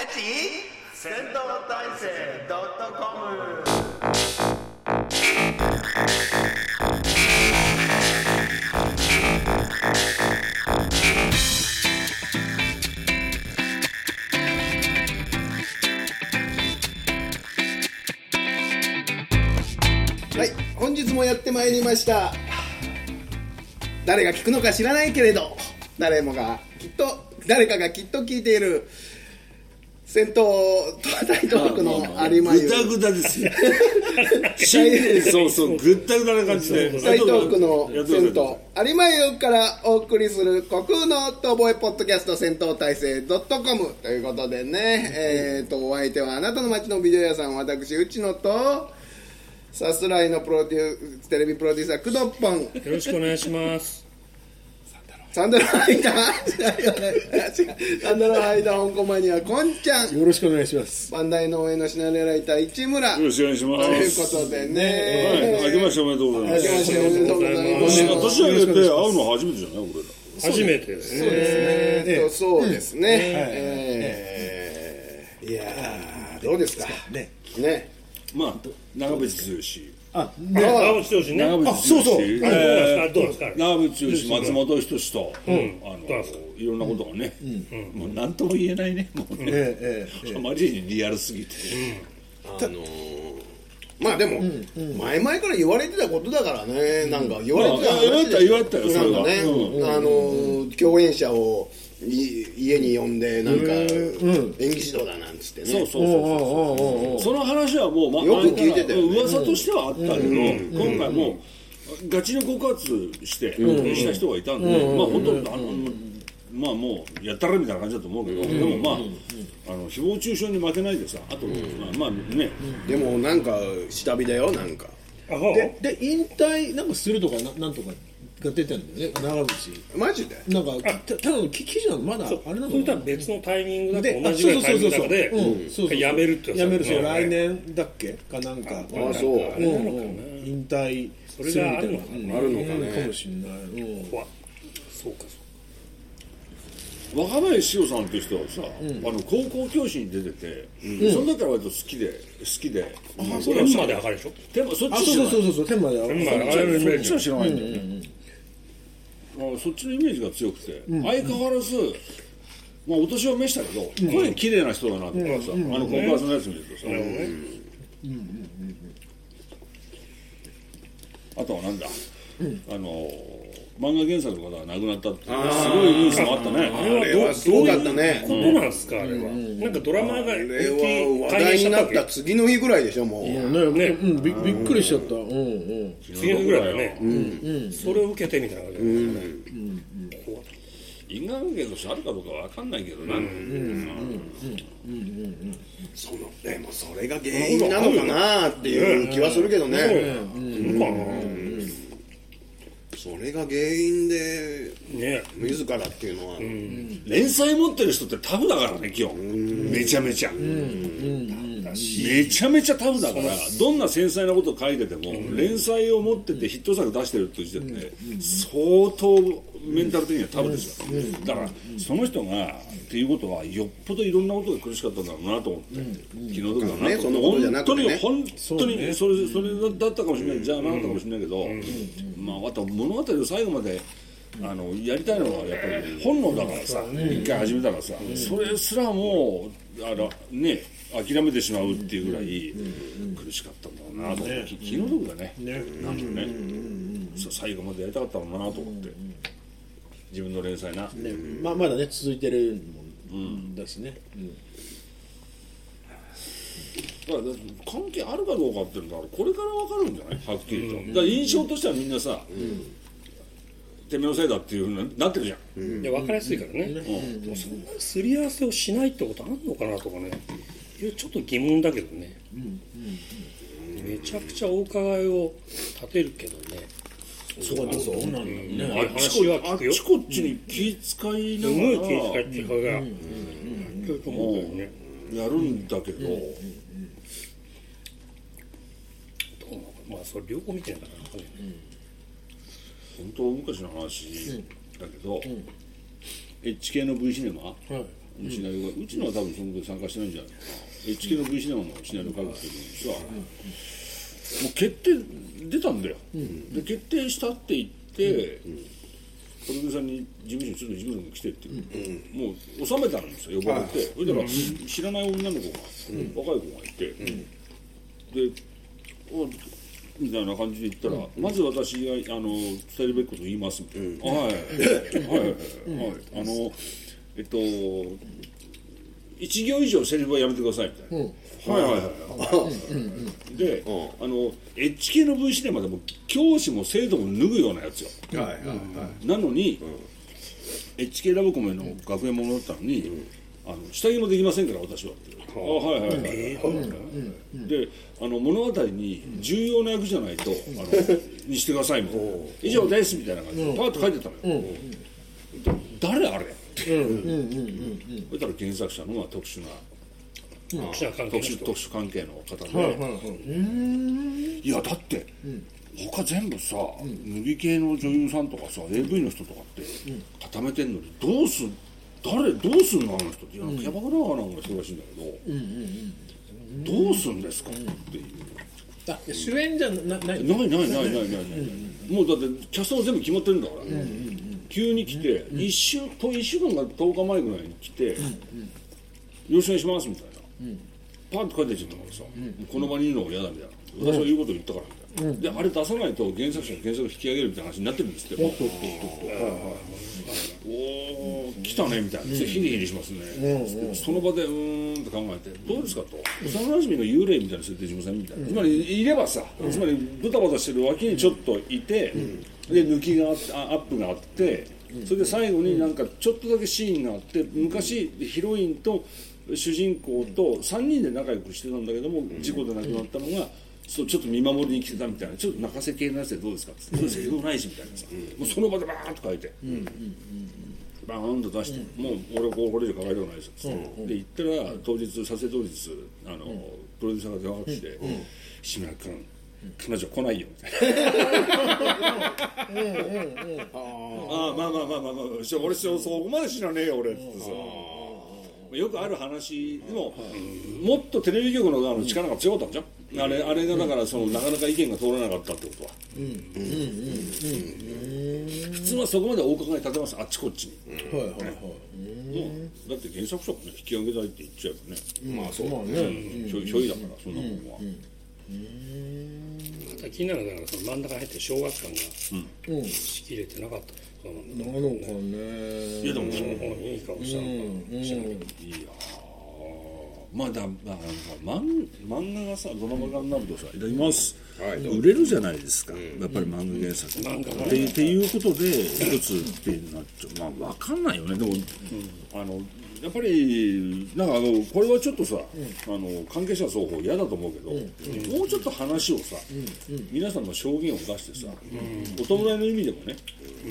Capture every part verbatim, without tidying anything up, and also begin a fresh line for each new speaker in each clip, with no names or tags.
ち戦闘体制 .com。
はい、本日もやってまいりました。誰が聞くのか知らないけれど、誰もがきっと誰かがきっと聞いている戦闘大トークの有馬湯、
ぐだぐだですよ新年早々ぐったぐだな感じで
大トークの戦闘有馬湯からお送りする虚空の遠吠えポッドキャスト戦闘体制 .com ということでね、えーとお相手はあなたの街のビデオ屋さん、私内野とさすらいのプロデューテレビプロデューサーくどっぽん、よ
ろしくお願いします。
サンダル履いたサンダル履いた香港マニアこんちゃん、
よろしくお願いします。
バンダイ農園のシナリオライター市村、
よろしくお願いします。
ということでね、
はい、明けましておめでとうございます。
明けましておめでとうございます。
年明けて会うの初めてじゃない俺ら。
初めてですね。
そうですね、えー、そうですね、えーえー、いやーどうですかね。ね、
まあ長渕剛、
あ、
ね、長渕剛ね。
長渕剛、
あ、そうそう。えー、どうですか。
長渕剛、松本人志と、うん、あのいろんなことがね、うん、もう何とも言えないね。もうね、えーえー、あまりにリアルすぎて。
うん、あのー、まあでも、うんうん、前々から言われてたことだからね、なんか言われてた話で、
言われたよ、それはね、
うん、あのー、共演者を家に呼んでなんか演技指導だなんつってね、
そうそうそうそう、その話はもう、まあ、
よく聞いてたよね、
噂としてはあったけど、今回もガチの告発してした人がいたんで、まあ本当あのまあもうやったらみたいな感じだと思うけど、でもまああの誹謗中傷に負けないでさ、あとまあね、
でもなんか下火だよ、なんか
でで引退なんかするとかななんとかが出てるんだよね、長渕。マジでなんかたただの記事なのまだあれなの。
それとは別のタイミングだと同じぐらいのタイミングだで辞めるって
辞めるそう来年だっけかなんか。
ああそう。
引退
それがあるのか
な。あるのかね。
かもしれない。
怖。そうかそう。
若林志緒さんっていう人はさ、あの高校教師に出てて、その時から割と好きで好きで。
あ、そう天まで上がるでしょ。
天まそっち。
あ、そうそうそうそう天まで上がる。
天まで上がるイメージ。
そっちは知らないんだよね。そっちのイメージが強くて、うん、相変わらず、まあ、お年を召したけど、うん、声綺麗な人だなとかさ、うん、あの告発のやつ見るとさ、うんうん、あとはなんだ、うん、あの漫画原作の方が亡くなったってすごいニュースもあったね。
あれはすごかったね。
どういうことなんですか、あれは。なんかドラマが
あれは話題になった次の日ぐらいでしょ、もう。
ね、ね、うん、び, びっくりしちゃった。うんうん。
次の日ぐらいだね。うんうん。それを受けてみたいな感じ。うんうん。
因果関係としてあるかどうかわかんないけどな。うんうん
うんうん。そのでもそれが原因なのかなっていう気はするけどね。うん。それが原因で、ね、自らっていうのは、うん、
連載持ってる人ってタフだからね、基本、うん、めちゃめちゃ、うんうん、めちゃめちゃタフだから、どんな繊細なことを書いてても、うん、連載を持っててヒット作出してるっていう時点で、うん、相当メンタル的にはタフですよ、うん、だからその人がっていうことはよっぽどいろんなことが苦しかったんだろうなと思って、うん、気の毒だなと、ね、そんなことじゃなくてね、本当に本当にそれ、それだったかもしれない、じゃあなかったかもしれないけど、まああと物語を最後まであのやりたいのはやっぱり本能だからさ、一回始めたからさ、それすらもあらね諦めてしまうっていうぐらい苦しかったんだろうなと思って、気の毒だね、なんかね、最後までやりたかったのなと思って、自分の連載な、
ね、ま, まだね続いてるもんだしね、うんうん、
だから関係あるかどうかっていうのはこれから分かるんじゃない、はっきりと、うん、だから印象としてはみんなさ、うん、てめえのせいだっていうふうになってるじゃん、
うん、いや分かりやすいからね、うん、でもそんなすり合わせをしないってことあるのかなとかね、ちょっと疑問だけどね、うんうんうん、めちゃくちゃお伺いを立てるけどね、
そうなんそうなんだね。
あっちこあっちこっちに気遣いながら、
すごい気遣いっていうかがやると思うよね。
やるんだけど、どう
まあそれ両方見てんだからね。
本当昔の話だけど、エッチ系の V シネマシナリオが、うちのは多分その時参加してないんじゃないかな。エイチケー の V シネマのシナリオ書く時にさ、もう決定出たんだよ、で決定したって言って、プロデューサーに事務所にちょっと事務所に来てっていう、もう収めたんですよ、呼ばれて。それだから知らない女の子が、若い子がいて、でみたいな感じで言ったら、まず私があの伝えるべきことを言いますみたいな。はいはいはいはい。あのえっと一行以上セリフはやめてくださいみたいな。はいはいはい。で、あのエイチケー の V シネマでも教師も生徒も脱ぐようなやつよ。はいはいはい。なのに エイチケー ラブコメの学園ものだったのに、あの下着もできませんから私はって。あはいはいはい。で、あの物語に重要な役じゃないとあのにしてくださいみたいな。以上ですみたいな感じでパーッと書いてたのよ。誰あれ？そしたら原作者の特殊な特殊特殊関係の方で、いやだって他全部さ脱ぎ系の女優さんとかさ エーブイ の人とかって固めてんのにどうすん誰どうすんのあの人って、いやキャバクラはなんか忙しいんだけど、どうすんですかっていう。
あ主演じゃなない
ないないないないないない、もうだってキャストは全部決まってるんだから、急に来ていっしゅうかんがとおかまえぐらいに来て、よろしくお願いしますみたいな、パンと書いてちゃったからさ、この場にいるのが嫌だみたいな、私は言うことを言ったからみたいな、であれ出さないと原作者が原作を引き上げるみたいな話になってるんですって。おお来たねみたいな、ヒリヒリしますね、その場でうーんと考えて、どうですかと、幼馴染の幽霊みたいな設定しませんみたいな、つまりいればさ、つまりブタバタしてる脇にちょっといて、で抜きがあってアップがあって、それで最後になんかちょっとだけシーンがあって、昔ヒロインと主人公とさんにんで仲良くしてたんだけども、事故で亡くなったのがそうちょっと見守りに来てたみたいな、ちょっと泣かせ系のやつでどうですかって、セリフないしみたいなさ、もうその場でバーンと書いて、バーンと出して、もう俺これ以上考えたくないですよってで言ったら、当日撮影当日あのプロデューサーが電話かけてきて「志村君彼女来ないよ」みたいな。ああまあまあまあまあまあ俺そこまで知らねえよ俺ってさ。よくある話でも、もっとテレビ局の側の力が強かったんじゃん、あれあれがだからそのなかなか意見が通らなかったってことは、普通はそこまでお伺い立てます、あっちこっちに、はいはいはい、だって原作者がね引き上げたいって言っちゃえばね、まあそうだね、ひょいだからそんなもんは。
気になるのがその真ん中に入ってる小学館が仕切れてなかったな
のかね。
いやでもその
方にいい顔したのかもしれないけど、
いやまあだまあ漫漫画がさドラマ化になるとさ、いただきます、売れるじゃないですか、やっぱり漫画原作ってっていうことで一つってなっちゃう、まあ分かんないよね。でもあのやっぱりなんかあのこれはちょっとさ、あの関係者双方嫌だと思うけど、もうちょっと話をさ、皆さんの証言を出してさ、お弔いの意味でもね、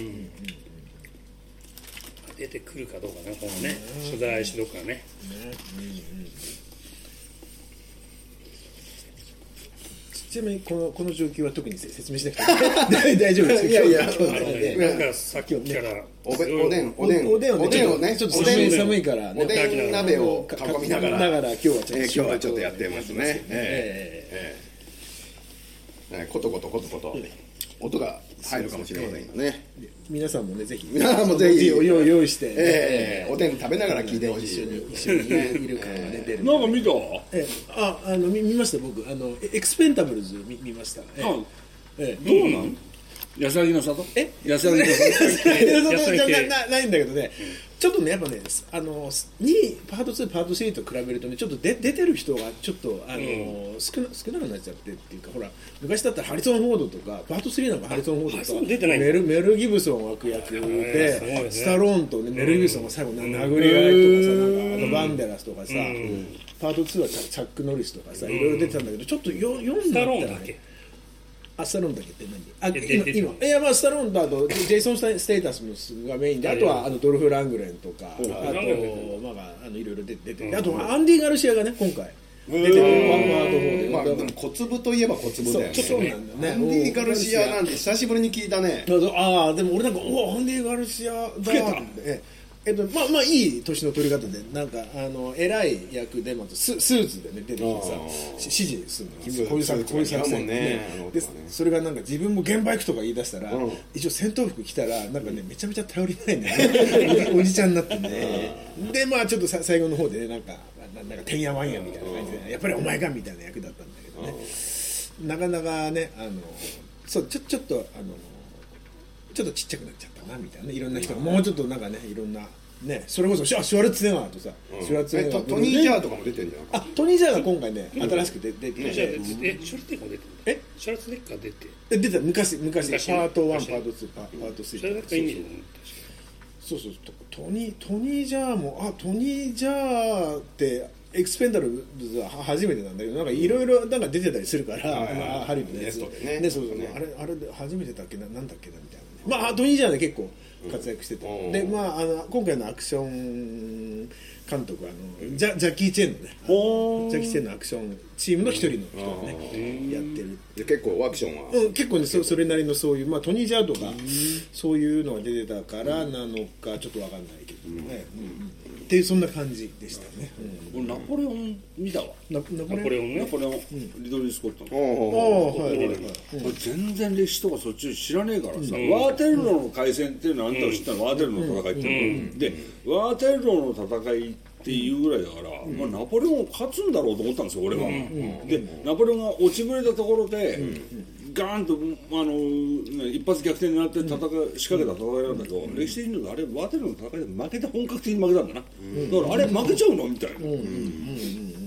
出てくるかどうかね、このね、取材しとかね。
ちなみにこのこの状況は特に説明しなくて大丈夫です。
いやいや、
なんかさっきから
おでんおでんおでん
おでん
おでんをね、
ちょっと寒いから
おでん鍋を囲みながら
ながら今日はちょっと
今日はちょっとやってますね。ええコトコトコトコト音が入るかもしれませんがね。
皆さんもねぜひ
皆さんもぜひ
用意して、
ええおでん食べながら聞いてほしい。
一緒に一緒にねいるからね出る。
なんか見た？
えああの見ました僕あのエクスペンタブルズ見見ました。
えどうなん？安らぎの里？
え
安らぎの里？
じゃなないんだけどね。ちょっとねやっぱねあのにパートツーパートスリーと比べるとねちょっとで出てる人がちょっとあの、うん、少な少なくなっちゃってっていうか、ほら昔だったらハリソン・フォードとかパートスリーなんかハリソン・フォードとか
出てない
メルメル・ギブソン悪役で、ね、スタローンと、ね、メル・ギブソンが最後、うん、殴り合いとかさ、なんかあのバンデラスとかさ、うん、パートツーはチャチャック・ノリスとかさ、いろいろ出てたんだけどちょっとよ読んだったらね。あスタローンだけって何？あ今今いやまあスタローンとあとジェイソン・ステータスがメインで、あとはあのドルフ・ラングレンとか、あとまああのいろいろ出てて、あとアンディ・ガルシアがね今回出てるワンワード
もで、まあ小粒といえば小粒だよね。
そうなんだね。
アンディ・ガルシアなんて久しぶりに聞いたね。
ああでも俺なんかおアンディ・ガルシアだって。 えっとまあまあいい年の取り方でなんかあの偉い役でまたススーツでね出てきてさし指示するの君こういう作こういう作戦ねでそれがなんか自分も現場行くとか言い出したら、うん、一応戦闘服着たらなんかねめちゃめちゃ頼りないねおじちゃんになってねでまあちょっとさ最後の方でねなんかなんかてんやわんやみたいな感じでやっぱりお前がみたいな役だったんだけどねなかなかねあのそうちょちょっとあのちょっとちっちゃくなっちゃったなみたいなねいろんな人がもうちょっとなんかねいろんなねそれこそシュワルツェネッガーとさ、うん、シュワルツェネッガー
トニー・ジャーとかも出てるんじゃん
あトニー・ジャーが今回ね新しく出て
えシュワルツェネッガー出てるえシュワルツェネッガー出て
え出た昔昔パートワンパートツーパートスリー
シュワルツェネッガー意味
そうそうトニートニー・ジャーもあトニー・ジャーってエクスペンダルズは初めてなんだけどなんかいろいろなんか出てたりするから、うん、ハリウッドのやつねねそうそうねあれあれで初めてだっけななんだっけなみたいな、ね、まあトニー・ジャーで結構活躍してた、うん、でまああの今回のアクション監督はあのジャジャッキー・チェンのねジャッキー・チェンのアクションチームの一人の人がねやってる
で結構アクションは、
うん、結構ね そ, それなりのそういうまあトニー・ジャーとかそういうのが出てたからなのかちょっと分かんないけどね、うんうんっていうそんな感じでしたね。
うん、ナポレオン見たわ。
ナ, ナポレオン
ね。ナポレオン、うん、リドリー・スコットの。
ああはいはいはい。
全然歴史とかそっち知らねえからさ、うん、ワーテルローの海戦っていうのはあんたは知ったの、うん、ワーテルローの戦いっていうの、うん、でワーテルローの戦いっていうぐらいだから、うんまあ、ナポレオン勝つんだろうと思ったんですよ俺は、うん、でナポレオンが落ちぶれたところで、うんガーンとあの、ね、一発逆転になって戦い仕掛けた戦いなんだけど、うん、歴史的に言うとあれワーテルの戦いで負けた本格的に負けたんだな、うん、だからあれ負けちゃうのみたいな、うんうん、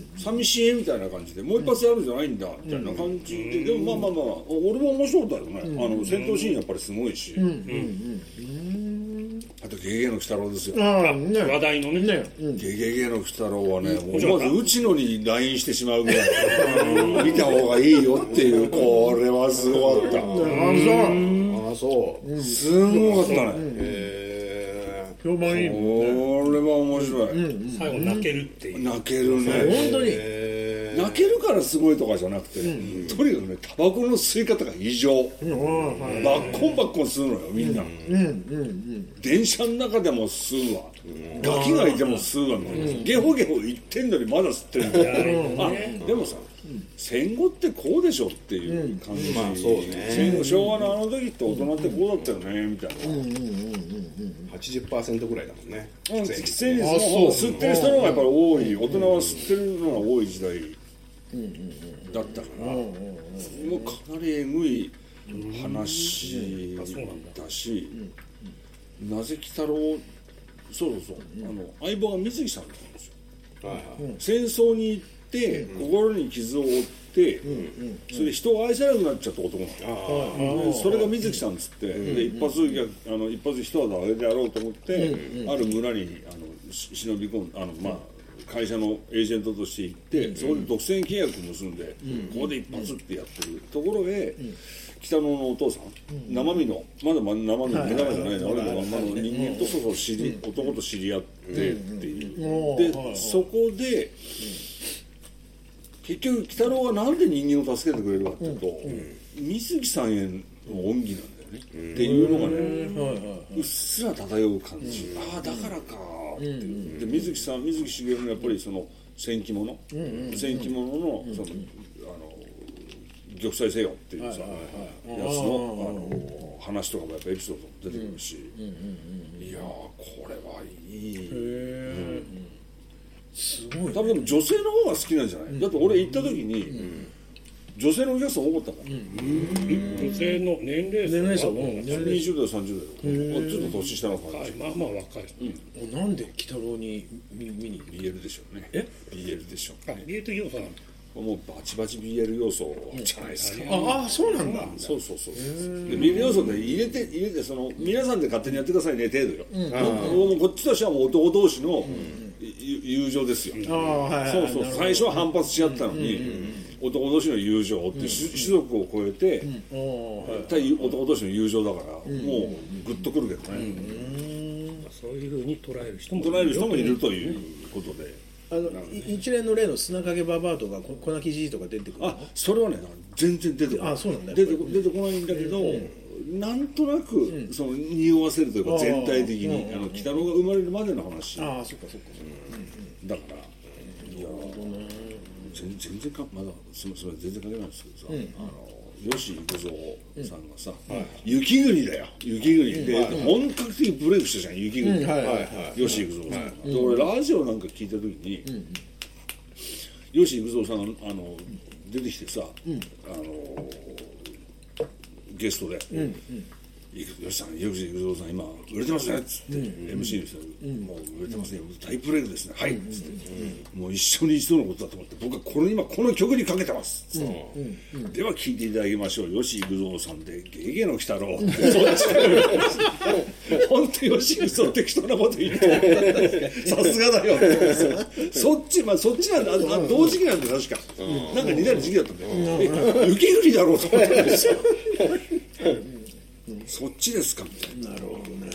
寂しいみたいな感じでもう一発やるんじゃないんだみたいな感じで、うん、でもまあまあまあ俺も面白かったよね、うん、あの戦闘シーンやっぱりすごいし、うんうんうんあとゲゲゲの鬼太郎ですよ。
ああ、ね、話題のね。ね
うん、ゲゲゲの鬼太郎はね、うん、思わずうちのに ライン してしまうぐらい見た方がいいよっていうこれはすごかった。
ああそう。
うん、すごかったね。うん、
えー、評判いいもん
ね。これは面白い。
うん、最後泣けるっていう。
泣けるね。
本当に。
泣けるからすごいとかじゃなくて、うん、とにかくねタバコの吸い方が異常、うん、バッコンバッコン吸うのよみんな、うんうんうん、電車の中でも吸うわ、うん、ガキがいても吸うわみたいな、うん、ゲホゲホ言ってんのにまだ吸ってるんだよ、うん、あでもさ、うん、戦後ってこうでしょっていう感じ、うんまあそうね、昭和のあの時って大人ってこうだったよねみたいな、うんうんうんうん、
はちじゅっパーセント ぐらいだもんね
喫煙率の吸ってる人の方がやっぱり多い、大人は吸ってるのが多い時代だったから、もうかなりえぐい話だし、なぜ鬼太郎そうそうそう、あの相棒が水木さんだったんですよ、はいはい、戦争に行って心に傷を負って、それで人を愛せなくなっちゃった男なんだ、それが水木さんっつって、で一発あの一発一技あげてやろうと思って、ある村にあの忍び込んあのまあ会社のエージェントとして行って、うん、そこで独占契約を結んで、うん、ここで一発ってやってるところへ、うん、北野のお父さん、うん、生身のまだ生身の目玉じゃない生身のままの人間とそこ知り、うん、男と知り合ってっていう、うん、でそこで、結局鬼太郎はなんで人間を助けてくれるかっていうと、水木さんへの恩義なんだよね、っていうのがね、うっすら漂う感じ、ああだからかっていう、で水木さん水木しげるのやっぱりその戦記物、戦記物のそのあの玉砕せよっていうさやつのあの話とかもやっぱエピソードも出てくるし、いやーこれはいい。へ
すごい、ね、
多分でも女性の方が好きなんじゃない、うん、だって俺行った時に、うん、女性のお客さん多かったから、うん、
女性の年齢
年齢差
もにじゅう代さんじゅう代ちょっと年下の感じ、
まあまあ若い、
うん、なんで鬼太郎に見に
ビーエル でしょうね。
え
ビーエル でしょう、
あ ビーエル 要素なんだ、
もうバチバチ ビーエル 要素じゃないですか、
うん、ああそうなんだ、
そうそうそうで ビーエル 要素で入れて入れてその皆さんで勝手にやってくださいね程度よ、うん、もうこっちとしてはもう男同士の、うん友情ですよ、うん、そうそう最初は反発し合ったのに、うん、男同士の友情って、うん、種族を超えて、うん、対男同士の友情だから、うん、もうグッとくるけどね、
うん、そういうふうに捉える人も
捉える人もいるということで、
あの一連の例の砂影ババアとか粉木じいとか出てくるの？
あそれはね全然出てこない。
あそうなんだ
出て出てこないんだけど、うん、 なんとなく、うん、その匂わせるというか全体的にあの鬼太郎が生まれるまでの話。
ああそっかそっか、
うん、だからいや全全然かまだすみません全然関係ないんですけどさ、うん、あの吉幾三さんがさ、うんはい、雪国だよ雪国、うん、で、はい、本格的にブレイクしたじゃん雪国、うんはいはい、吉幾三さんが、はい、で俺ラジオなんか聞いた時に、うん、吉幾三さんがあの出てきてさ、うん、あのゲストで、うんうん吉さん、吉幾三さん、今、売れてますねっつって、うん、エムシー の人に、うん、もう売れてますね、大ブレイクですね、はいっつって、うん、もう一緒に一度のことだと思って、僕はこの今、この曲にかけてますっつって、うんうん、では聴いていただきましょう、吉幾三さんで、ゲゲの鬼太郎って、そっち本当に吉幾三適当なこと言って、さすがだよって、そっち、まあ、そっちなんだ、あ同時期なんで、確か、うん、なんか似たような時期だったんだよ、え、雪国だろうと思ったんですよ。そっちですかみたいな。なるほどね。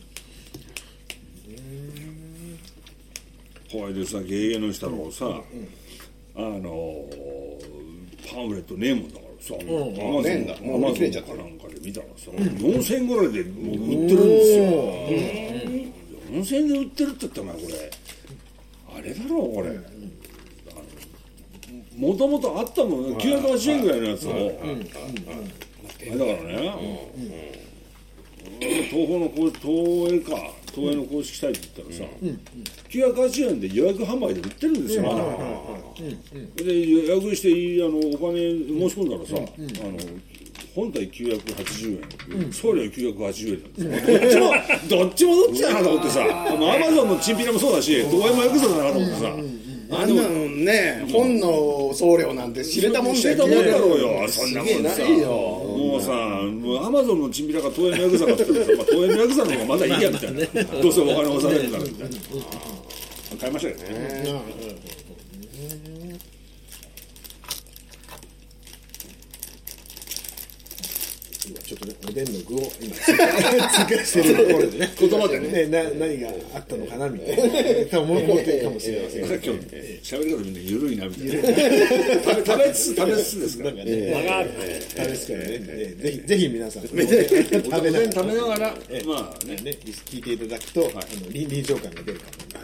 ホワイトさゲゲの鬼太郎さ、あのパンフレットねえもんだからさ、アマゾンアマゾンかなんかで見たらさ、よんせんえんぐらいでもう売ってるんですよ。よんせんえんで売ってるって言ったらこれあれだろうこれ。もともとあったもんきゅうひゃくはちじゅうえんぐらいのやつを。だからね、東宝の東映か東映の公式サイトって言ったらさ、うん、きゅうひゃくはちじゅうえんで予約販売で売ってるんですよ、まだ、で予約してあのお金申し込んだらさ、うん、あの本体きゅうひゃくはちじゅうえん、うん、送料きゅうひゃくはちじゅうえんなんですよ、うん、どっちもどっちだなと思ってさ、アマゾンのチンピラもそうだし東映もヤクザだなと思ってさ、
あんなのね、本の送料なんて知れたもんだよ。
知れたもんだろうよ、そんなもんさ。もうさ、アマゾンのチンピラが東映のヤクザが作ってさ、まあ、東映のヤクザの方がまだいいやみたいな。どうせお金を納めるからみたいな。買いましたよね。
今ちょっとね、おでんの具を今追加してるところでね、言葉でね、な何があったのかなみたいな、思ってるかもしれません。
今日喋り方みんなゆるいなみたいな。食べつつ食べつつですから。
間がある。食べつつからね、ぜひぜひ皆さん食べ
食べながら、まあね
聞いていただくと、あの臨場感が出るかも。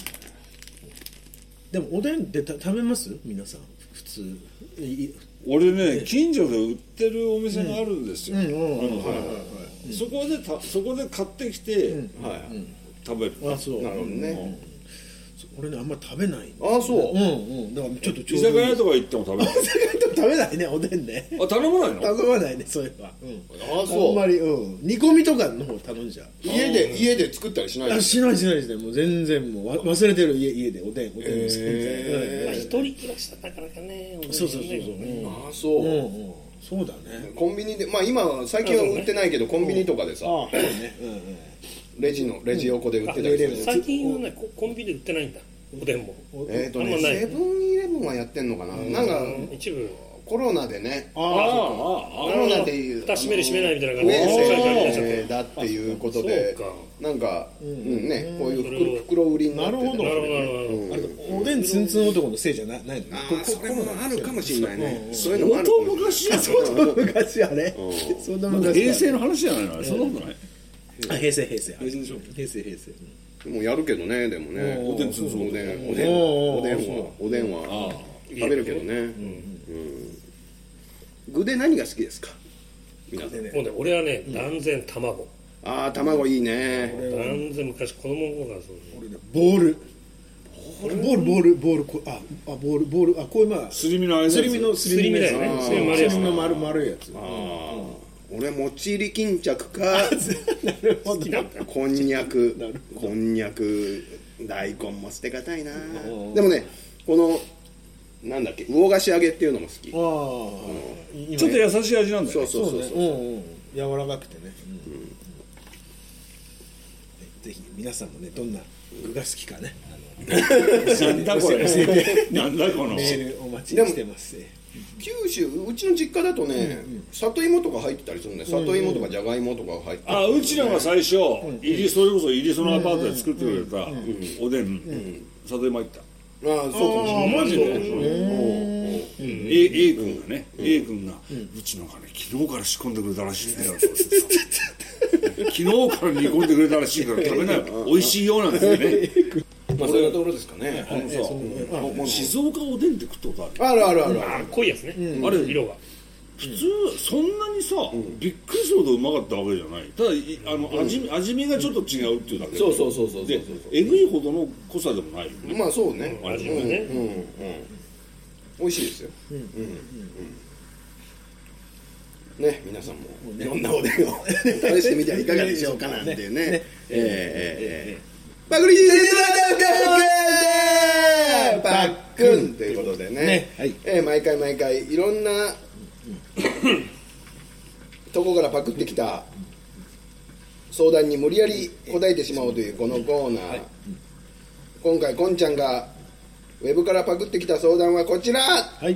でもおでんって食べます皆さん普通。
俺ね近所で売ってるお店があるんですよ。そこでたそこで買ってきて、うんはい、食べる。
あそうなるほどね。俺ねあんまり食べない。
あそう。
うんうんだからちょっと
居酒屋とか行っても食べない。
居酒屋とか食べないねおでんね。
あ頼まないの？
頼まないねそういえば。う
ん、あそう。
あんまりうん煮込みとかの方頼んじゃう。
家で家で作ったりしない？
あしないしないですねもう全然もう忘れてる家家でおでんおでんの作
って。一人暮らしだったからかね。
そうそうそうそう。
あそう。
うんそうだね。
コンビニでまあ今最近は売ってないけどコンビニとかでさ。あそうね。うんうん。レジのレジ横で売ってたりする。
最近はねコンビニで売ってないんだ。おでんも
えっとねセブンイレブンはやってんのかな、なんか
一部
コロナでね
ああ
コロナっていう
蓋閉める閉めないみたいな感
じでだっていうことでなんかうんねこういう袋売りになっててなるほど
おでんツンツン男のせいじゃないのね。
それもあるかもしれないね。そういうのもある
相当昔や
相当昔あれそんな昔
平成の話じゃないのそんなことない。
あ平成平成
平成でしょ
平成平成
もうやるけどねでもね
おでんつんつん
おでんおでんおでんはおでんは食べるけどね具で何が好きですか皆さん。
俺はね断然卵。
ああ卵いいね。
断然昔子供の頃からそう
俺ねボールボールボールボールこああボールボールあこういうまあ
すり身のあれ
すり身のすり身だよね。すり身の丸丸いやつ。
俺もち入り巾着かこんにゃくこんにゃく大根も捨てがたいな。でもねこのなんだっけ魚菓子揚げっていうのも好き。
あちょっと優しい味なんだよね。
そうそうそうそう
柔らかくてね、うん、ぜひ皆さんもねどんな具が好きかね
なんだこれなんだこの
メールお待ちしてます。
九州うちの実家だとね、うんうん、里芋とか入ってたりするんで里芋とかじゃがいもとか入って
あうちらが最初、うん、入りそれこそ入りそのアパートで作ってくれた、うんうん、おでん、うん、里芋入った。
ああそうかもしれない。マジで
A, A 君がね、うん、A 君が、うん、うちのがね昨日から仕込んでくれたらしいんだよ昨日から煮込んでくれたらしいから食べない美味しいようなんですよね
まあそんなところですかね。
あのさ、静岡おでんって食ったことある？
あるあるあるある。
濃いやつね。
あれ
色が。
普通そんなにさ、びっくりするほどうまかったわけじゃない。ただあの味味見がちょっと違うっていうだけで。
そうそうそうそう。
でえぐいほどの濃さでもないよね。
まあそうね。
味がね。
うんうん。美味しいですよ。うんうんうん。ね、皆さんもいろんなおでんを試してみてはいかがでしょうかなんていうね。ええええ。パクリーパックンということでね。え毎回毎回いろんなとこからパクってきた相談に無理やり答えてしまおうというこのコーナー。今回こんちゃんがウェブからパクってきた相談はこちら。はい。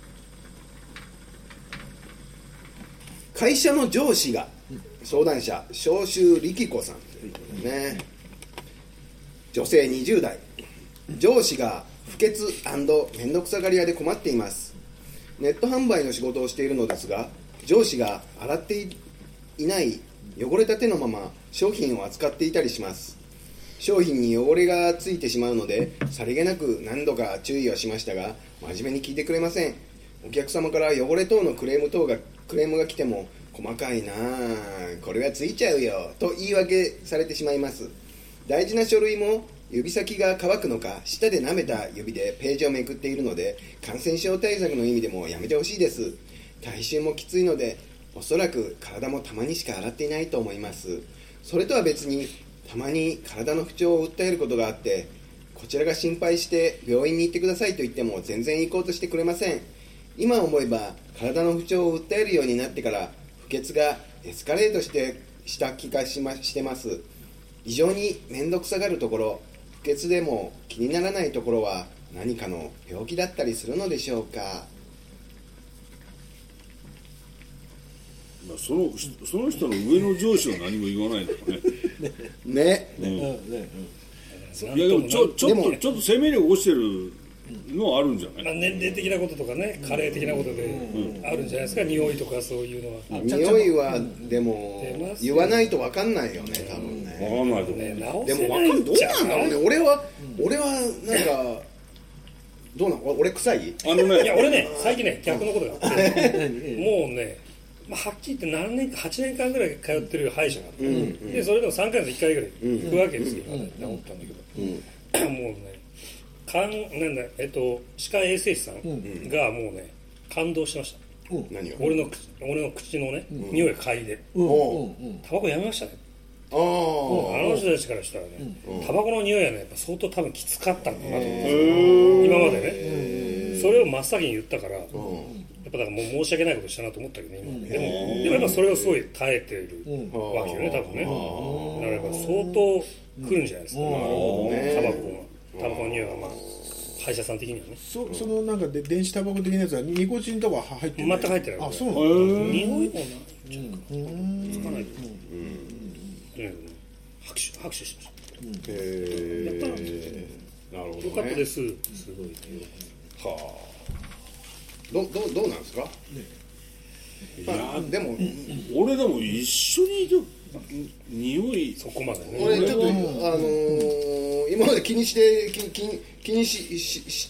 会社の上司が相談者召集力子さんということでね。女性にじゅう代、上司が不潔&めんどくさがり屋で困っています。ネット販売の仕事をしているのですが、上司が洗っていない汚れた手のまま商品を扱っていたりします。商品に汚れがついてしまうので、さりげなく何度か注意はしましたが、真面目に聞いてくれません。お客様から汚れ等のクレーム等がクレームが来ても、細かいなあ、これはついちゃうよと言い訳されてしまいます。大事な書類も指先が乾くのか舌で舐めた指でページをめくっているので、感染症対策の意味でもやめてほしいです。体臭もきついので、おそらく体もたまにしか洗っていないと思います。それとは別にたまに体の不調を訴えることがあって、こちらが心配して病院に行ってくださいと言っても全然行こうとしてくれません。今思えば体の不調を訴えるようになってから不潔がエスカレートしてした気がしましてます。異常に面倒くさがるところ、不潔でも気にならないところは何かの病気だったりするのでしょうか。
まあ、そのその人の上の上司は何も言わないのかね。
ね。
うん、ねねうん、いやでもちょちょっとちょっと生命力落ちてるのはあるんじゃない。
まあ、年齢的なこととかね、加齢的なことであるんじゃないですか、うん、匂いとかそういうのは。
匂いはでも言わないと分かんないよね、多分ね。
分かんないと思う。
ね、でも分かるどうなんだろうね。俺は、うん、俺はなんかどうなの？俺臭い？
あのね、いや俺ね最近ね逆のことがあって、もうね。まあ、はっきり言って何年かはちねんかんぐらい通ってる歯医者があって、うんうん、でそれでもさんかげついっかいぐらい行くわけですよ、うんうん、治ったんだけど、うん、もうねかんなんだ、えっと、歯科衛生士さんがもうね感動してました、うん、何俺の俺の口のね、うん、匂い嗅いで、うん、タバコやめましたね。あ, あの人たちからしたらね、うん、タバコの匂いはねやっぱ相当多分きつかったんだなと思って今までねそれを真っ先に言ったから、やっぱだからもう申し訳ないことしたなと思ったけどね今まで、でもでもやっぱそれをすごい耐えてるわけよね多分ね。だからやっぱ相当くるんじゃないですか、タバコタバコの匂いはまあ歯医者さん的にはね。
そ, そのなんかで電子タバコ的なやつはニコチンとか入ってる？
全く入ってない。
あ、そうなんだ。
匂いもないんちゃうかな。つかないと思う。拍手拍手しました。へえ。やったな。なるほどね。よかったです。すごいね。
はあ。どどどうなんですか？ね、
いや、まあ、でも俺でも一緒にいる匂い
そこまでね。
俺ちょっと、あのー、今まで気にして気気気に し, し, して、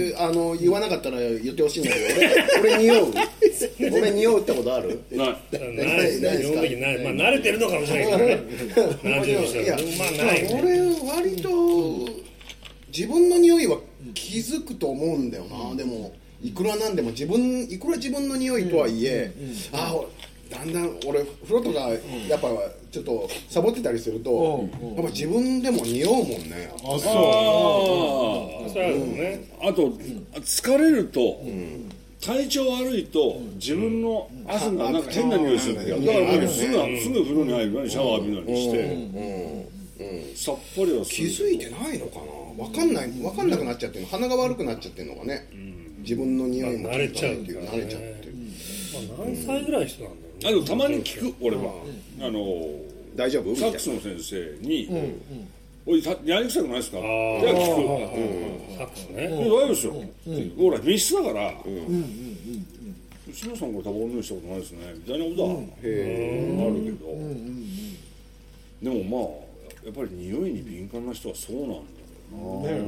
うん、あの言わなかったら言ってほしいんだけど、俺俺匂う俺匂うってことある？
ないないないですか？ない、まあ慣れてるのかもしれないけどね。何十年したらまあないね。
俺割と自分の匂いは気づくと思うんだよな、うん、でもいくらなんでも自分いくら自分の匂いとはいえ、うんうん、あだんだん俺風呂とかやっぱちょっとサボってたりすると、うん、やっぱ自分でも匂うもんね。
あそうあそれあるね、うん、あと疲れると、うん、体調悪いと自分の汗がなんか変な匂いするんだよ。だからもうすぐ、すぐ風呂に入るのにシャワー浴びるのにして、うんうんうん、さっぱりはする。
気づいてないのかな、分かんない分かんなくなっちゃってるの、鼻が悪くなっちゃってるのがね、うん、自分の匂いも
慣れちゃうっていう、
慣れちゃってる、
まあ、何歳ぐらいの人なんだろうね。
あのたまに聞く俺は、あの
大丈夫
サックスの先生に、うんおいやりくさくないですか？じゃあ聞く。
サックスね。
大丈夫ですよ。ほら密室だから。吉野さんこれタバコの匂いしたことないですねみたいなことはあるけど、でもまあやっぱり匂いに敏感な人はそうなんだろうなって。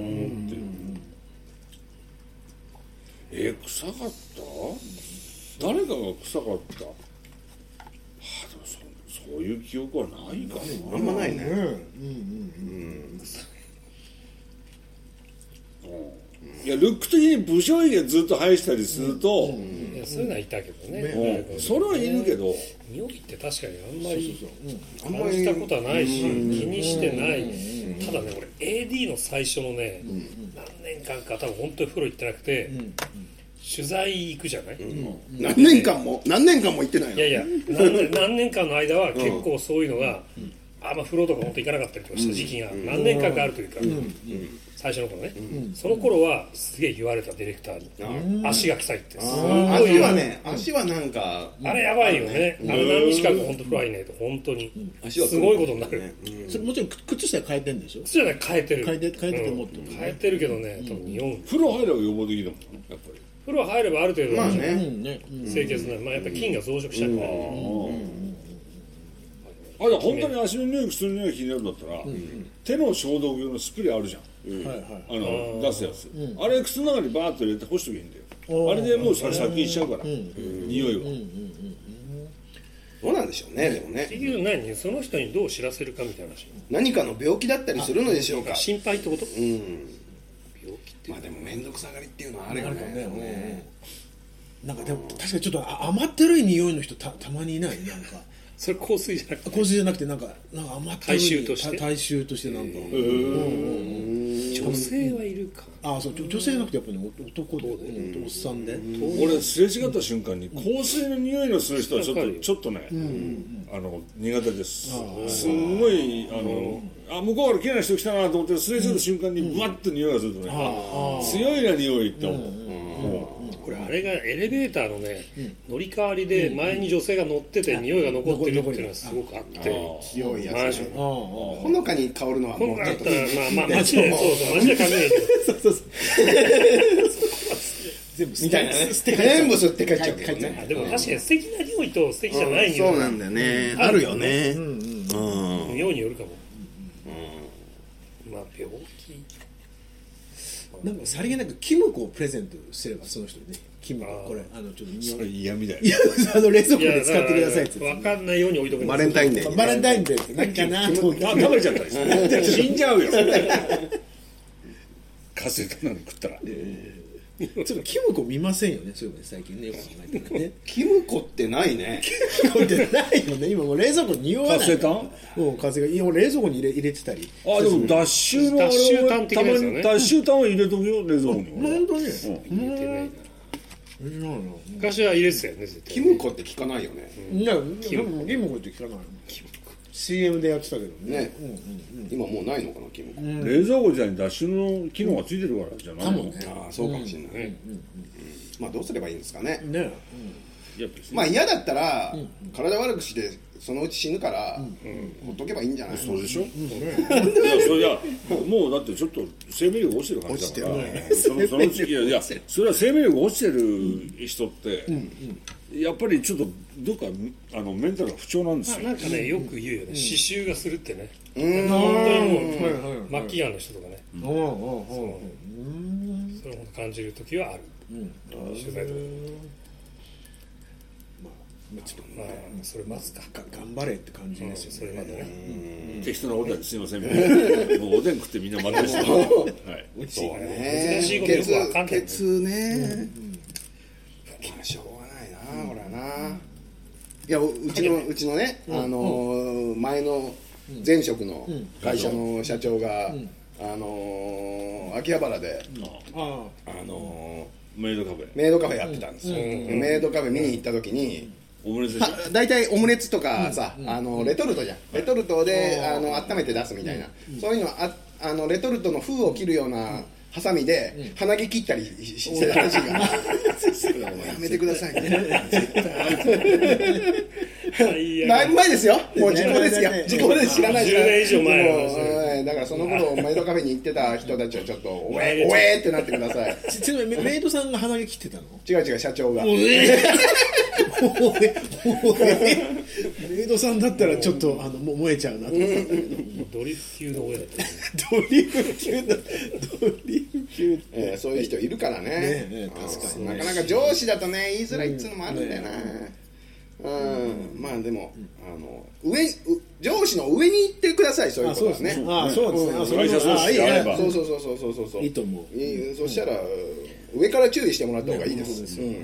えー、臭かった？誰かが臭かった？はあ、でも そ, そういう記憶はないかな。
あんまないね。うんうん
うん。いやルック的に武将髭ずっと生やしたりすると、
うんうん、いやそういうのはいたけどね、
うん、それはいるけど、
匂いって確かにあんまり感じたことはないし、気にしてない、ただね俺 エーディー の最初のね、うん、何年間か多分本当に風呂行ってなくて、うん、取材行くじゃない、うん、
何年間も何年間も行ってないの？
いやいや 何, 何年間の間は結構そういうのが、うん、あんま風呂とか本当行かなかったりとかした時期が何年間かあるというか、うんうん、最初の頃ね、うん、その頃はすげえ言われたディレクターに、うん、足が臭いってすごい
足はね足はなんか
あれやばいよね、うん、あれ何日間か本当風呂入んないと本当にすごいことになる、
うん、それもちろん靴下変えてるんでしょ？
靴下は変えてる
変えて変えててもっと、
うん、変えてるけどね多分匂う、
風呂入れば予防的だもんやっぱり
風呂入ればある程度、
まあね、
清潔な、まあ、やっぱり菌が増殖しちゃうから、
あ、じゃあ本当に足の匂い靴の匂いが気になるんだったら、うん、手の消毒用のスプレーあるじゃん、うん、あの出すやつ、うん、あれ靴の中にバーッと入れて干しとけばいいんだよ。あれでもう殺菌しちゃうから、うん、匂いは、うんうんうん、
どうなんでしょうね、でもね
結局何その人にどう知らせるかみたいな話、
何かの病気だったりするのでしょうか。
心配ってこと、うん、病
気ってまあでも面倒くさがりっていうのはあるよね、ね
なんかでも確かにちょっと甘ったるい匂いの人 た, たまにいないなんか
それ香水じゃなくて
香水じゃなくてなんかなんか甘ったるい
大衆として
大衆としてなんか、うん
うん、女性はいるか
ああそう女性じゃなくてやっぱり、ね、男で、うん、おっさんで
俺すれ違った瞬間に香水の匂いのする人はちょっとちょっとね、うん、あの苦手です。すんごいあのあ向こうから綺麗な人来たなと思ってすれ違った瞬間にブワッと匂いがするとね、うん、強いな匂いって思う、うん
うんこれあれがエレベーターのね、うん、乗り換わりで前に女性が乗ってて、うん、匂いが残ってるっていうのがすごくあって、
強いやつでほのかに香るのは
もうちょっとまあまあマジでそうそうマジで関係ないけどそうそうそう
全部みたいなね全部吸って帰っちゃうけどね。
でも確かに素敵な匂いと素敵じゃない匂い、
そうなんだよね、あるよね、うんうん
うん、匂いによるかも、うん、まあ病気
なんかさりげなくキムコをプレゼントすればその人にねキムコこれあのちょっと
それ嫌みたい
いやあの冷蔵庫で使ってくださいって
分かんないように置いとく
バレンタインデー
バレンタインデーって何かなと思って
食べちゃったりして死んじゃうよカセットなんで食ったら、え
ーちょっとキムコ見ませんよねそういえば最近ねよく考えたらね
キムコってないね
キムコってないよね今もう冷蔵庫に匂わない
カセタン
うんカセタン今冷蔵庫に入れ入れてたり
あでも脱臭のあれ
脱臭炭的なやつよね
脱臭炭は入れとくよ冷蔵庫に
本当に
入れてないな昔は入れてたよね絶対
キムコって聞かないよね
いやキムコって聞かない シーエム でやってたけどね、うんうんうん、
今もうないのかなキムコ、うん、
冷蔵庫自体に脱臭の機能がついてるからじゃないの、
うん、ああそうかもしれない、うんうんうん、まあどうすればいいんですかね、ね、
うん、
まあ嫌だったら、うん、体悪くしてそのうち死ぬから、うん、ほっとけばいいんじゃない、
そうでしょ、うん、いやそれいやもうだってちょっと生命力落ちてる感じだから、ね、そのそのうちいやいやそれは生命力落ちてる人って、うんうん、やっぱりちょっとどっかあのメンタルが不調なんですよ。
なんかねよく言うよね、刺繍がするってね、うん本当にもう末期がんの人とかね、うんそうそれを感じる時はある、うん、取材とかまあちょっとまあそれ待つか
頑張れって感じですよ、
それまでね
適当なことですいませんもうおでん食ってみんな待ってるしはい
そう
ね難しいことよくわかんない
血血ねしょうがないなこれはないやうちのうちのね、あのー、前の前職の会社の社長が、うん、あのー、秋葉原で、うん、あの
ー、メイドカフェ
メイドカフェやってたんですよ、うん、メイドカフェ見に行った時に、
オムレツでしょ
大体オムレツとかさ、あのレトルトじゃん、レトルトであの温めて出すみたいな、そういうのああのレトルトの封を切るようなハサミで鼻毛切ったりしてたらしいからやめてくださいねだいぶ前ですよ、もう時効ですよ、時効です、知らない
じゅうねん以上前の話
だからその頃メイドカフェに行ってた人たちはちょっとおえおえってなってください。
ちなみにメイドさんが鼻毛切ってたの？
違う違う、社長が。
メイドさんだったらちょっとあのも燃えちゃうなと思った。
ドリフ級の親だったね。
ドリフ級だドリフ級、
えー、そういう人いるからね。
ねえ確かに
なかなか上司だとね言いづらいっつうのもあるんだよな。うん、まあでも、あの上上司の上に行ってください、そういうことですね。
あ、そうですね。
会社組織があれば、
そうそうそうそうそうそう、
いいと思う。
そしたら上から注意してもらった方がいいです。うんうん。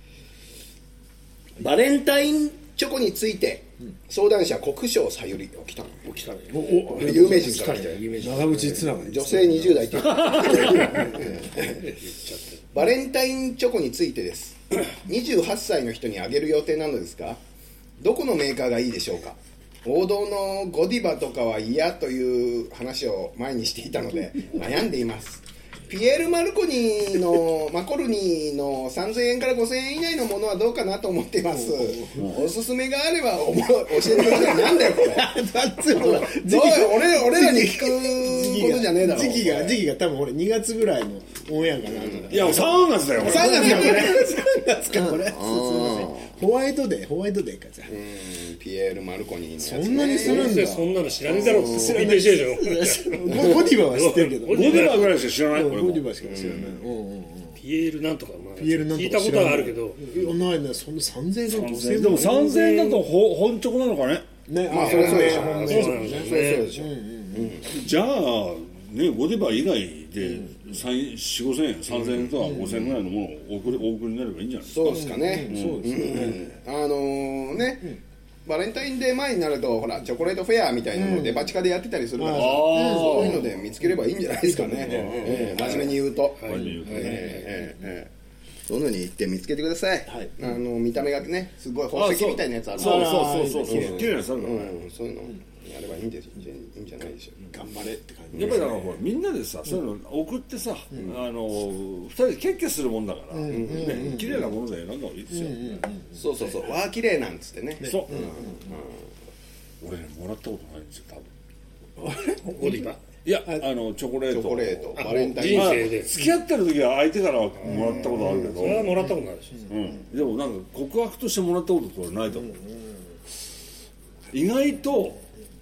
バレンタインチョコについて相談者国生さゆりが来たの。
来たね。
おお、有名人から来たよ。
長渕つながり。
女性にじゅう代って言ってバレンタインチョコについてです。にじゅうはっさいの人にあげる予定なのですが、どこのメーカーがいいでしょうか。王道のゴディバとかは嫌という話を前にしていたので悩んでいます。ピエール・マルコニーのマコルニーのさんぜんえんからごせんえん以内のものはどうかなと思っています。おすすめがあればおも教えてください。なんだよこれだってほら俺, 俺らに聞くことじゃねえだろ。
時期が時期が多分俺にがつぐらいのオンエアかな。
いやさんがつだよこれ。
さんがつだよこれ。
さんがつかこれ。すみません。ホワイトデーホワイトデーかじゃあ。
ピエール・マルコニーのやつ、
ね、そんなにするんだ。
そんなの知らねえだろって言ってるじゃん。
ゴディバは知ってるけど。
ゴディバぐらいしか知らない。
ゴディバしか知らない。
ピエールなんとか、まあ、
ピエールなんとか
聞いたことはあるけど、
ないね。そんなさんぜんえんかごせんえん。
でもさんぜんえんだと本チョコなのかね。
ね、まあそれそうでしょ。
そう
そう
で
しょ。
じゃあね、ゴディバ以外でよん、ごせんえん、さんぜんえんとかごせんえんぐらいのものをお送りお送りになればいいんじゃないですか。
そうですかね。そうですね。あのね。バレンタインデー前になるとほらチョコレートフェアみたいなのをデパ地下でやってたりするからさ、そういうので見つければいいんじゃないですかね。えー、真面目に言うと、そういうのに行って見つけてください。あの見た目がねすごい宝石みたいなやつある。
そうそうそうそう。綺麗なやつあるからね。
そういうのやればいいんですいいんじゃないでしょう。
頑張れって感じ。
やっぱりだからほらみんなでさそういうの送ってさ、あの二人でキャッキャするもんだからね、綺麗なもので選んだ方がいいですよ。
そうそうそう。わあ綺麗なんつってね。
そう。俺ねもらったことないんですよ多分。
ゴディバ。
いやあのチョコレート。
チョコレート。バレンタイン。
人生で
付き合ってる時は相手からもらったことあるけど。
それはもらったことないでしょ。
うん。でもなんか告白としてもらったことはないと思う。意外と。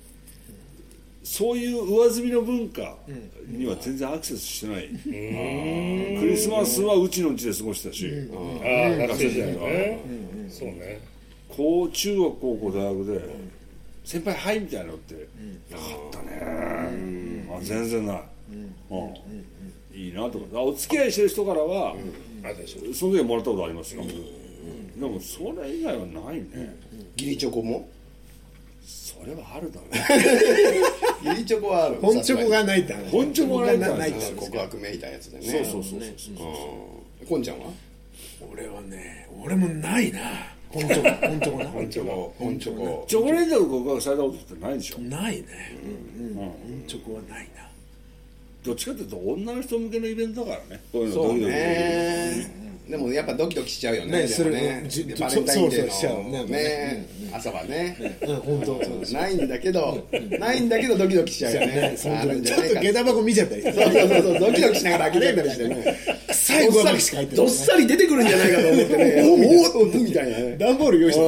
そういう上積みの文化には全然アクセスしてない。クリスマスはうちのうちで過ごしたし、
ああ学生時代はね。そうね。
こう中学高校大学で先輩はいみたいなのってなかったね。あ全然ない。いいなとか。お付き合いしてる人からはその時はもらったことありますよ。でもそれ以外はないね。
義理チョコも？
それはあるだろう。
義理チョコはある。
本チョコがないって話。
本チョコがない
って告白めいたやつでね。
そうそうそうそう。
こんちゃんは？
俺はね、俺もないな。本チョコ、本チョコな。
本チョコ、本チョコ。
チョコレートの告白されたことってないでしょ。
ないね。本チョコはないな。
どっちかというと女の人向けのイベントだからね。こういうの
そう
ドキドキ
ね。でもやっぱドキドキしちゃうよね。
ね、する
ね。
バレンタインデーの
ね、朝はね。
本当
ないんだけど、ないんだけどドキドキしちゃうよね。
ちょっと下駄箱見ちゃったり。
そうそうそうドキドキしながら開けちゃったりしてね。
臭いごましか入ってる。
どっさり出てくるんじゃないかと思ってね。おおみたいなね。
段ボール用意して 。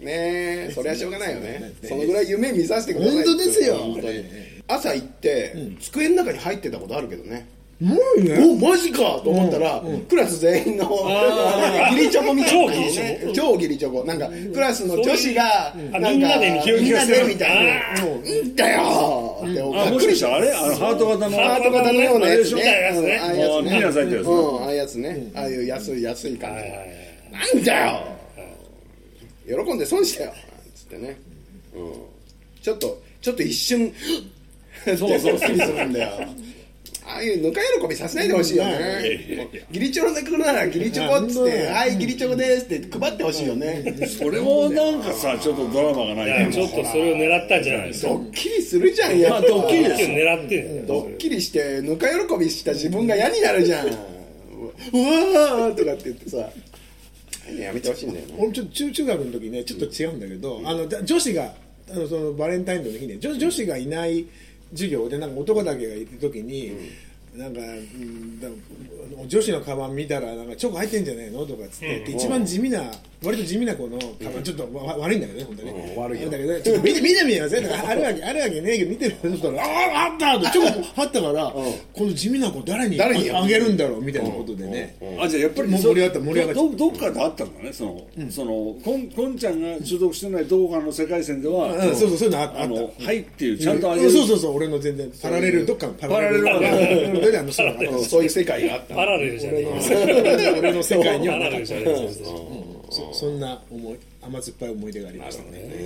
ねえ、そりゃしょうがないよね。そのぐらい夢見させてください。
本当ですよ。
朝行って机の中に入ってたことあるけどね。
もうね、
おマジかと思ったら、クラス全員の義理チョコみたいなね、超義理チョコなんかクラスの女子がなんかみんなでみたいな、いいんだよって
あもしかしてあれあのハート型の
ハート型のようなやつね、
ああいうやつね、
ああいうやつね、ああいう安い安い感じ、なんだよ喜んで損したよつってね、ちょっとちょっと一瞬
そうそうそう
するんだよ。ああいうぬか喜びさせないでほしいよね。ギリチョコで来るならギリチョコっつって「はいギリチョコです」って配ってほしいよね。
それもなんかさちょっとドラマがないか
ちょっとそれを狙ったんじゃないですか。
ドッキリするじゃんやっぱ。
ドッキリですよ
狙ってん
ドッキリしてぬか喜びした自分が嫌になるじゃん。うわーとかって言ってさやめてほしいんだよね。
俺ちょっと 中, 中学の時ねちょっと違うんだけど、うん、あの女子があのそのバレンタインデーの日ね 女, 女子がいない授業でなんか男だけがいる時に、うん、なんか、うん、だ女子のカバン見たらなんかチョコ入ってんじゃねえのとかっつって、うん、一番地味な割と地味な子のカバン、うん、ちょっとわ悪いんだけどね本当に、うん、悪いよだけどちょっと見て見てみようぜあるわけあるわけねえけど見てみようそしたらあああったとチョコあったから、うん、この地味な子誰に誰にあげるんだろうみたいなことでね、
うんうん、あじゃあやっぱり
盛り上がった盛り上がった
ど, どっかであったんだねその、うん、そのこんこんちゃんが所属してないどこかの世界線では、
うん、そうそうそういうのあった
あのはいっていうちゃんとあげる、
うん、そうそうそう俺の全然パラレルどっかの
パラレルが
そういう世界があった
パラレルじゃね
え俺の世界にはなかった。
そうそう
そ, そんな思い甘酸っぱい思い出がありましたね。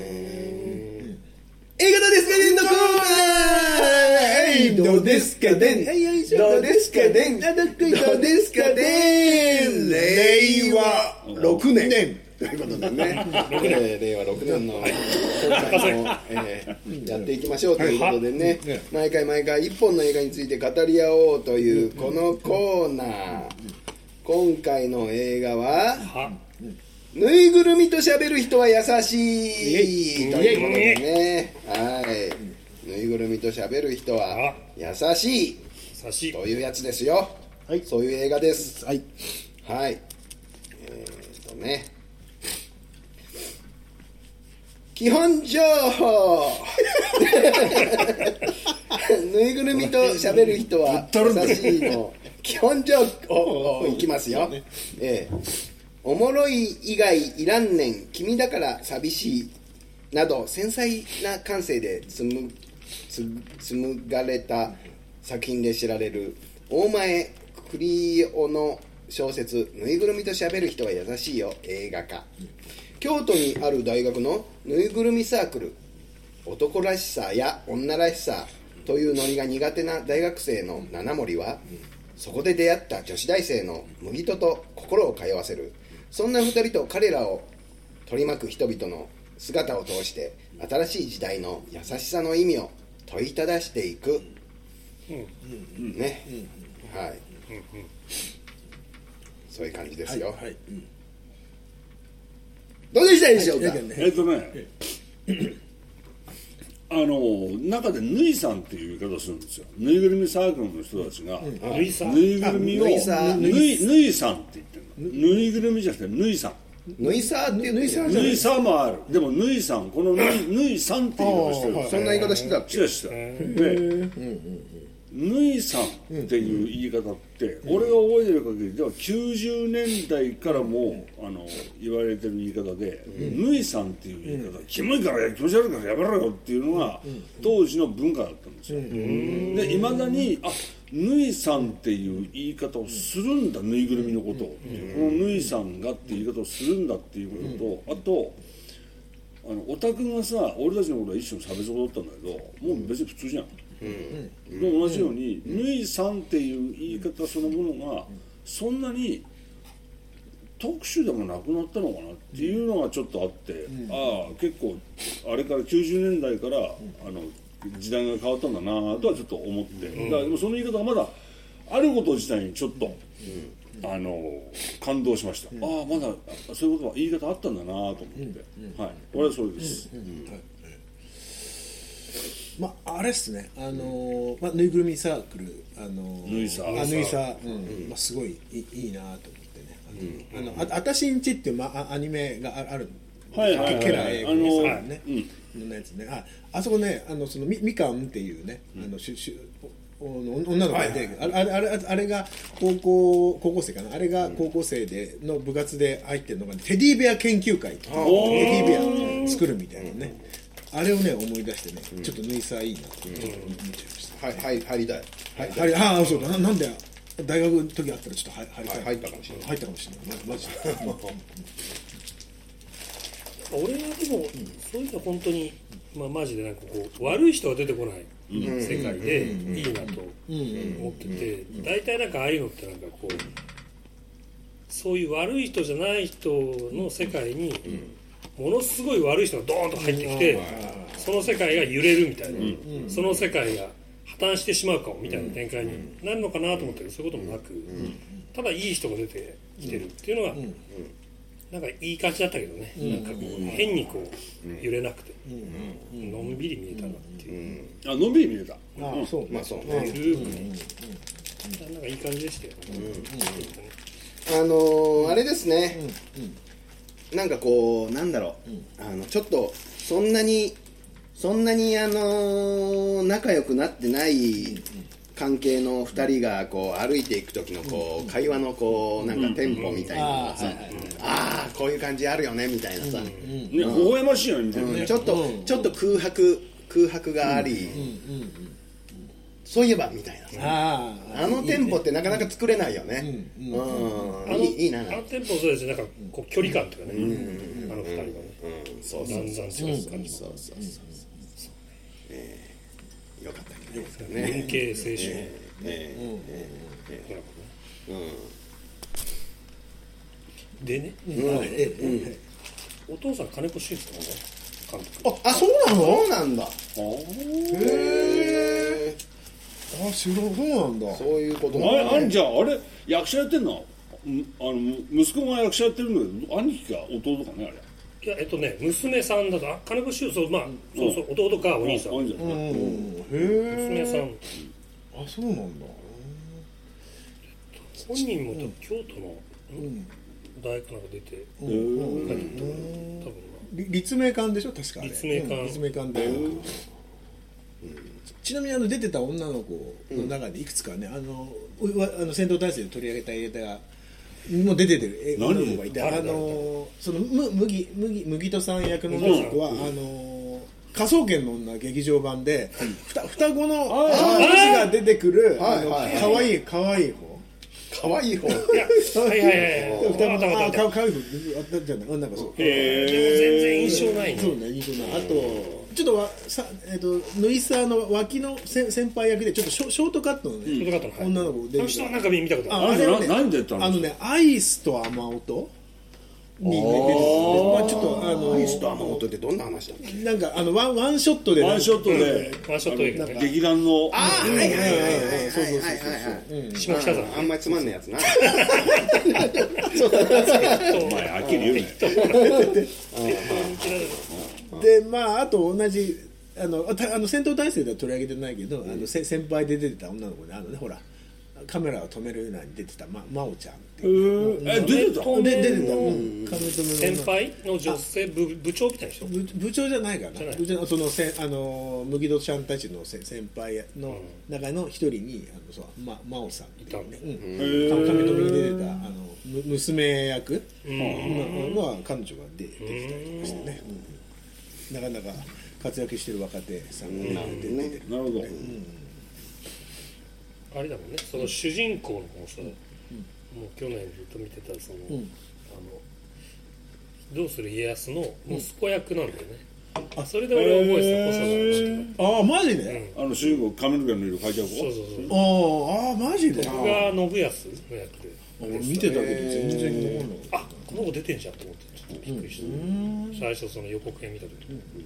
映画どうですかねんのコーナー。どうですかねん。どうですかねん。どうですかねん。令和ろくねんということでね、えー、令和ろくねんの今回も、えー、やっていきましょうということでね、毎回毎回一本の映画について語り合おうというこのコーナー。今回の映画はぬいぐるみと喋る人は優しいということでね、はいぬいぐるみと喋る人は優しいというやつですよ、はい、そういう映画ですはい、はい、えーとね基本情報ぬいぐるみと喋る人は優しいの基本情報いきますよ、えーおもろい以外いらんねん君だから寂しいなど繊細な感性で紡がれた作品で知られる大前栗尾の小説ぬいぐるみと喋る人は優しいよ映画化。京都にある大学のぬいぐるみサークル男らしさや女らしさというノリが苦手な大学生の七森はそこで出会った女子大生の麦とと心を通わせる。そんな二人と彼らを取り巻く人々の姿を通して新しい時代の優しさの意味を問いただしていく、うん、ね、うん、はい、うん、そういう感じですよ、はいはい、うん、どうでしたでしょうか、はい、
えっとねあの中でぬいさんっていう言い方をするんですよ。ぬいぐるみサークルの人たちが、うん、ぬいぐるみをぬいさんって言ってるの。ぬいぐるみじゃなくてぬいさん。
ぬいさって
ぬいさぬいさもある。でもぬいさんこのぬいぬいさんって言い方してる。
そんな言い方してたっけ？
してたしてた。で、ぬいさんっていう言い方って、俺が覚えてる限りではきゅうじゅうねんだいからもあの言われてる言い方で、ぬいさんっていう言い方、キモいから気持ち悪いからやめろよっていうのが当時の文化だったんですよ。でいまだにあぬいさんっていう言い方をするんだ、ぬいぐるみのことを、このぬいさんがっていう言い方をするんだっていうことと、あとあのオタクがさ俺たちの頃は一種の差別語だったんだけど、もう別に普通じゃん。うん、で同じように、うん、ぬいさんっていう言い方そのものがそんなに特殊でもなくなったのかなっていうのがちょっとあって、うん、ああ結構あれからきゅうじゅうねんだいから、うん、あの時代が変わったんだなとはちょっと思って、うん、だからでもその言い方がまだあること自体にちょっと、うん、あの感動しました、うん、ああまだそういうことは言い方あったんだなと思って、うん、はい俺はそれです、うんうんはい
まあ、あれっすね、あのーまあ、ぬいぐるみサークル、あのー、
ぬいさ
あぬいさ、うんうんまあ、すごいい い, いいなと思ってね、あの、うん、あのあたしんちっていう、まあ、アニメがある
はいはいはい、
ケラ英語のさね、
うん、
のやつね、ああそこね、あのその み, みかんっていうね、あのしゅしゅ女の子が出てくる、あれあれあれが高校高校生かな、あれが高校生での部活で入ってるのが、ね、テディベア研究会っていうテディベア作るみたいなね、あれをね思い出してね、うん、ちょっとぬいさいいなとちょっと思っちゃいました。
はい、はい、入りたい。
はい、入りああそうだな、なんで大学の時あったらちょっと入りたい。
入ったかもしれない。
入ったかもしれない。マジで。
俺はでも、うん、そういうの本当にまあマジでなんかこう悪い人が出てこない世界でいいなと思ってて、大体なんかああいうのってなんかこうそういう悪い人じゃない人の世界にものすごい悪い人がドーンと入ってきて、その世界が揺れるみたいな、その世界が破綻してしまうかもみたいな展開になるのかなと思ったけど、そういうこともなく、ただいい人が出てきてるっていうのがなんかいい感じだったけどね、なんかこう変にこう揺れなくてのんびり見えたなっていう、
あのんびり見えた、
あそうまあそう
ゆるーくね、なんかいい感じでしたよ、
あのー、あれですね、なんかこうなんだろう、あのちょっとそんなにそんなにあのー、仲良くなってない関係のふたりがこう歩いていく時のこう会話のこうなんかテンポみたいなのがさ、ああこういう感じあるよねみたいなさ、
ね、微笑ましいよねみたいなね、
ちょっとちょっと空白空白があり、そういえばみたいなさ、
あ
あのテンポってなかなか作れないよね。うん、いいいいな。
あのテンポそうですね、なんかこう距離感というかね、あの二人がね、
そう
だんだん近づく感じ、
そうそうそうそう。よかったですね。
連携青春、
ええ
でね、お父さん金子俊介さんね、監督。
あ、そうなの？そうなんだ。へえ。
あ、知らん、そうなんだ。
そういうこと
あれ、あんじゃん、あれ役者やってんの？あの息子が役者やってるんだけど、兄貴か弟かねあれ。
いや、えっとね、娘さんだと、あ、金子俊介、そう、まあ、そうそう、弟かお兄さん。
あんじゃん。
へえ。
娘さん。
あ、そうなんだ。
本人も京都の大学なんか出て、多分
立命館でしょ確かあれ。
立命館
立命館大学。ちなみにあの出てた女の子の中でいくつかね、あのあの戦闘態勢で取り上げた映画がもう出ててる女の子がいて、あのそのむ麦麦麦戸さん役の女の子は、あの科捜研の女劇場版でふた双子の女子が出てくるあの可愛い可愛い方。
可愛い方。
いや、はいはいはい。
双子のあ
か
可愛い方あったじゃない。なんかそう。
へえ。全然印象ないね。
そうね、印象ない。あとちょっとわさえっとノイサーの脇の先先輩役でちょっとショショートカットのね、
ショートカットの
女の子で。
その人はなんか見たことある。
あれはね、
何でやったの？
あのね、アイスと雨音にね出てて、まあちょっとあの
アイスと雨音ってどんな話だっけ？
なんかあのワンワンショットで
ワンショットで、
ワンショット映画ね。
劇団の
ああ、はいはいはいはいはい
そうそうそう
はいはい。
下北沢。
あんまりつまんねえやつな。
お前飽きるよね。
でまああと同じあのたあの戦闘態勢では取り上げてないけど、あのせ先輩で出てた女の子であのねほらカメラを止めるなに出てたま真央ちゃんっていう。
え出てた？
で出てた。うんカメ止めの
先輩の女性部部長みたいな人。
部部長じゃないかな。
じゃない
部長のそのせあの麦戸ちゃんたちのせ先輩の中の一人にあのそうま真央さんい
たんだ。
うん。カメ止めに出てたあのむ娘役のは彼女が出てきたりとかしてね。なかなか活躍してる若手さんが出てて。
なるほど。
あれだもんね、その主人公の方さ、もう去年ずっと見てたその、あのどうする家康の息子役なんだよね。あ、それで俺覚えてた、細田
ああマジで？
あの主人公髪の毛の色変えちゃう子？
そうそうそう。
ああマジで？
僕が信康の役で。
俺見てたけど全然残んなかった。
あ、この子出てんじゃんと思ってちょっとびっくりした。最初その予告編見た時。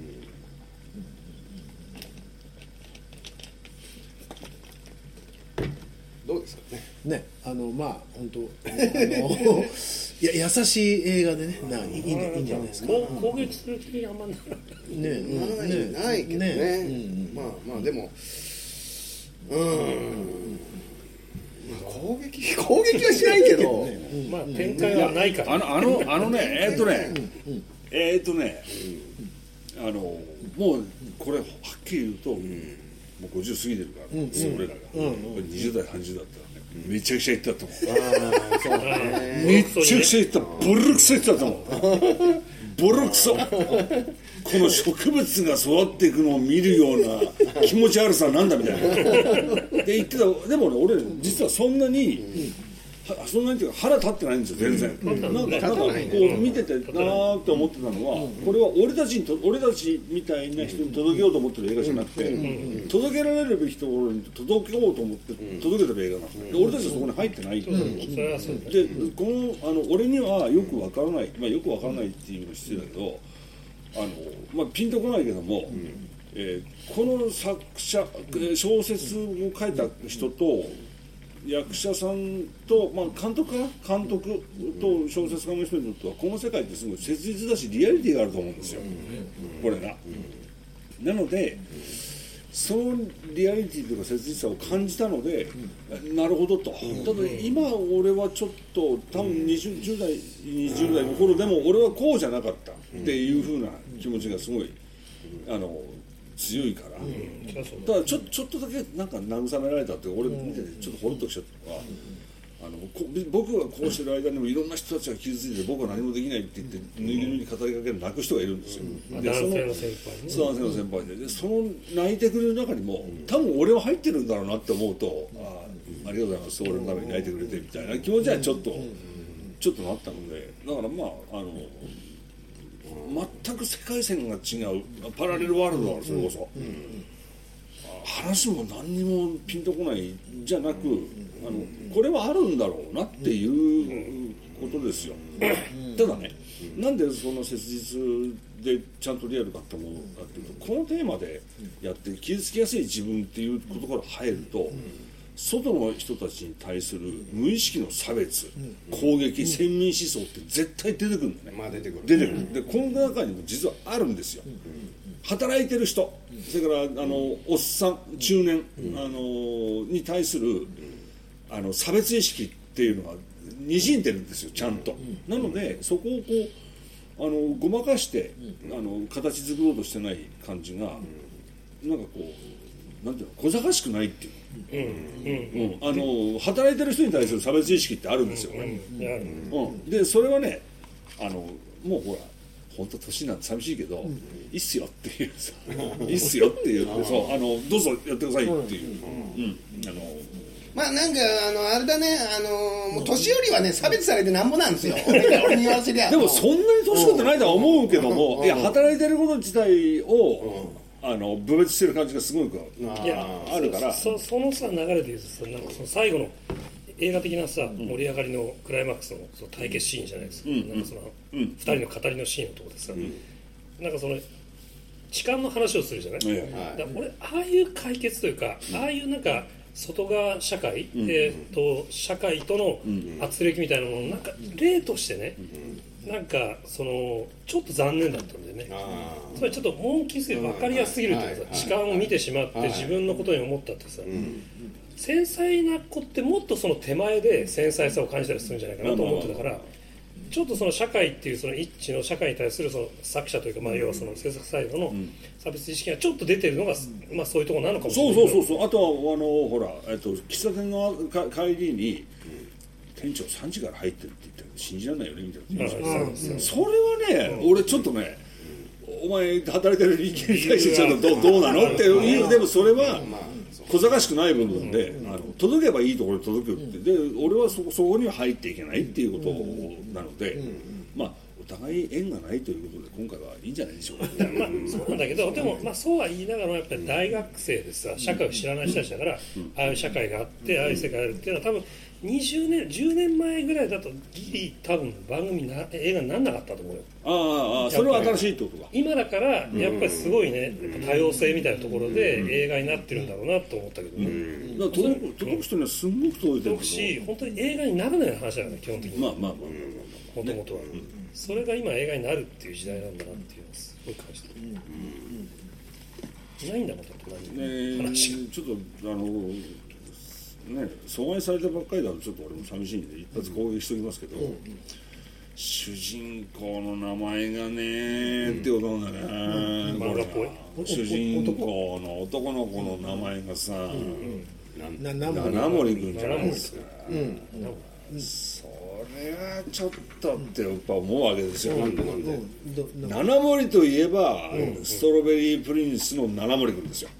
どうですかね。
ね、あのまあ本当あのいや優しい映画でね、ないいいいいんじゃないですか。
攻撃する気あんまなかった。
ね、
ないないけどね。まあまあでも、うん。攻撃攻撃はしないけど、
まあ展開はないから。
あのあのあのねえーっとねえーっとねあのもうこれはっきり言うと。もうごじゅう過ぎてるから、俺らがにじゅう代さんじゅう代だったらねめちゃくちゃ言ってたと思う。めちゃくちゃ言ったボロクソ言ってたと思う。ボロクソこの植物が育っていくのを見るような気持ち悪さなんだみたいなで言ってた。でもね俺実はそんなにそんなに腹立ってないんですよ全然、うん、なんかなんかこう見ててなーって思ってたのは、うん、これは俺たちにと俺たちみたいな人に届けようと思ってる映画じゃなくて、うん、届けられるべきところに届けようと思って届けてる映画なんですよ、うん、で俺たちはそこに入ってない、うん、でこのあの俺にはよくわからない、まあ、よくわからないっていうの失礼だけどあの、まあ、ピンとこないけども、うんえー、この作者小説を書いた人と役者さんと、まあ、監督か監督と小説家の人にとってはこの世界ってすごい切実だしリアリティがあると思うんですよこれがなのでそのリアリティというか切実さを感じたのでなるほどとただ今俺はちょっと多分にじゅう、じゅう代にじゅう代の頃でも俺はこうじゃなかったっていう風な気持ちがすごいあの強いから、うん、ただちょ、ちょっとだけなんか慰められたって俺見ててちょっとほろっときちゃったのは、うん、あのこ僕がこうしてる間にもいろんな人たちが傷ついて僕は何もできないって言ってぬいぐるみに語りかける泣く人がいるんですよ、うん、で
男性の先輩ね
そう男性の先輩で、でその泣いてくれる中にも多分俺は入ってるんだろうなって思うと、うん、あ, ありがとうございます俺のために泣いてくれてみたいな気持ちはちょっと、うん、ちょっとなったのでだからまああの全く世界線が違うパラレルワールドなのそれこそ、うんうん、話も何にもピンとこないじゃなく、うん、あのこれはあるんだろうなっていうことですよ、うん、ただねなんでその切実でちゃんとリアルかって思うかっていうとこのテーマでやって傷つきやすい自分っていうことから入ると外の人たちに対する無意識の差別、攻撃、先民思想って絶対出てくるんだね、まあ、出てくる出てくるでこの中にも実はあるんですよ働いてる人それからあのおっさん中年あのに対するあの差別意識っていうのがにじんでるんですよちゃんとなのでそこをこうあのごまかしてあの形作ろうとしてない感じがなんかこうなんていうの小賢しくないっていううんうんうん、あの働いてる人に対する差別意識ってあるんですよね、うんうん、でそれはねあのもうほら本当年なんて寂しいけど、うん、いいっすよっていうさいいっすよっていうそうあのどうぞやってくださいっていう、うんうん、あの
まあなんかあのあれだねあのもう年寄りはね差別されてなんぼなんですよ俺に言わせりゃ
でもそんなに年取ってないとは思うけどもいや働いてること自体をあの分別してる感じがすごくあいやあるから
そ そ, そのさ流れで言うとさなんかその最後の映画的なさ、うん、盛り上がりのクライマックス の, その対決シーンじゃないですか、うん、なんかその、うん、ふたりの語りのシーンのところでさ、うん、なんかその痴漢の話をするじゃない、うん、だから俺ああいう解決というか、うん、ああいうなんか外側社会、うんえー、と社会との圧力みたいなものをなんか例としてね、うん、なんかそのちょっと残念だったんだよねつまりちょっと本気すぎる分かりやすすぎるというかさ、はい、痴漢を見てしまって自分のことに思ったってさ、うん繊細な子ってもっとその手前で繊細さを感じたりするんじゃないかなと思ってたからちょっとその社会っていうその一致の社会に対するその作者というかまあ要はその制作サイドの差別意識がちょっと出てるのがまあそういうところなのかもしれない
そうそうそうそうあとはあのほら、えっと、喫茶店の帰りに店長さんじから入ってるって言ったら信じられないよねみたいな、うん、それはね、うん、俺ちょっとねお前働いてる人間に対してちょっと ど, どうなのっていうでもそれは小賢しくない部分で、うん、あの届けばいいところに届くって、うん、で俺は そ, そこには入っていけないっていうことなので、うん、まあお互い縁がないということで今回はいいんじゃないでしょうか、
まあ、そうなんだけどでも、まあ、そうは言いながらもやっぱり大学生でさ社会を知らない人たちだから、うん、ああいう社会があってああいう世界があるっていうのは多分にじゅうねんじゅうねんまえぐらいだとギリ多分番組な映画にならなかったと思うよ
ああそれは新しいってことだ
今だからやっぱりすごいね多様性みたいなところで映画になってるんだろうなと思ったけどね、うん、
だから届く、届く人にはすんごく届いてる
届くし本当に映画にならない話だよね基本的に
まあまあまあ
もともとは、ね、それが今映画になるっていう時代なんだなっていうのをすごい感じてる、うん、ないんだもんだって何、ね、話が
ちょっとあのね、阻害されたばっかりだとちょっと俺も寂しいんで一発攻撃しておきますけど、うん、主人公の名前がねー、うん、ってことなんだな、うん、これ主人公の男の子の名前がさ、うんうん、七森君じゃないですか、うんうん、それはちょっとってやっぱ思うわけですよ、うん、なんで七森といえば、うん、ストロベリープリンスの七森君ですよ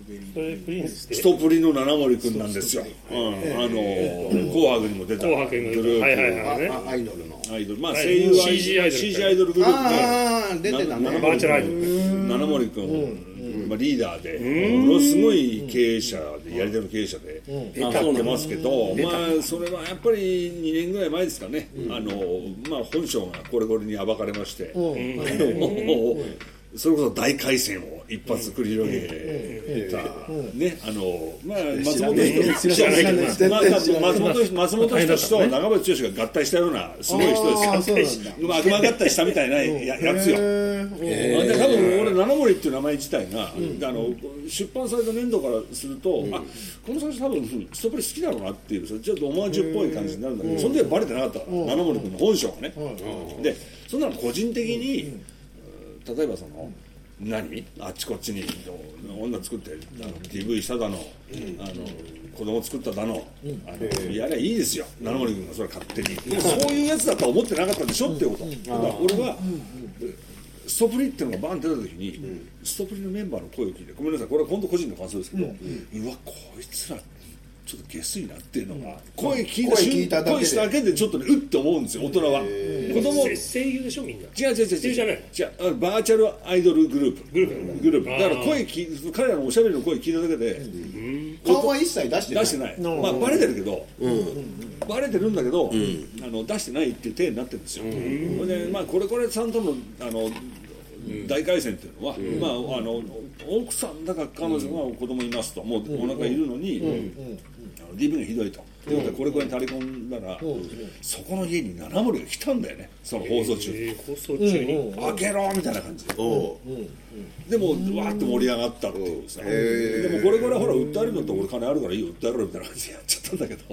それプリンスで
ストプリの七森くんなんですよ。うん、あの紅白にも出たグ
紅白にも
ループ、
はいはいはいね
あアイドルの
アイドル、まあ
はい
声優は
シージー アイドル
シージー アイドルグループ
ああ出てたね
な
バーチャルアイドル
七森くん、まあ、リーダーでものすごい経営者でやり手の経営者で立ってますけど、まあそれはやっぱりにねんぐらい前ですかね、あのまあ本性がこれこれに暴かれまして、もうそれこそ大海戦を一発繰り広げた、ね、あのまあ松本人志松本松本人志と長渕剛が合体したようなすごい人ですよ。まあ悪魔合体したみたいなやつよ。で多分俺七森っていう名前自体が、あの出版された年度からすると、あこの最初多分ストプリ好きだろうなっていうちょっとオマージュっぽい感じになるんだけど、その時はバレてなかったから七森君の本性がね。でそんなの個人的に例えばその何あっちこっちに女作ってあの ディーブイ しただの、あの子供作っただの、あのやりゃいいですよ七森君がそれ勝手にそういうやつだとは思ってなかったでしょっていうこと。だから俺はストプリっていうのがバンって出た時に、ストプリのメンバーの声を聞いて、ごめんなさいこれは本当個人の感想ですけど、うわこいつらちょっと下水なっていうのが、声聞いた瞬間声しただけでちょっとねうって思うんですよ大人は。子供
声優でしょみんな。
違う違う違う違う
じゃない
違うあのバーチャルアイドルグループ
グループ
グループだから声聞彼らのおしゃべりの声聞いただけで、
顔は一切出してない
出してない、まあバレてるけど、バレてるんだけど、あの出してないっていう体になってるんですよ。でまあこれこれさんとのあの大回戦っていうのは、まああの奥さんだか彼女が子供いますと、もうお腹いるのに、ディーブイ がひどいと。ということでこれこれに垂れ込んだら、そこの家に七森が来たんだよね、その放送中、
えー放送中に
開けろみたいな感じで、でもわーって盛り上がったっていうさ、でもこれからほら訴えるのって俺金あるからいいよ訴えろみたいな感じでやっちゃったんだけど、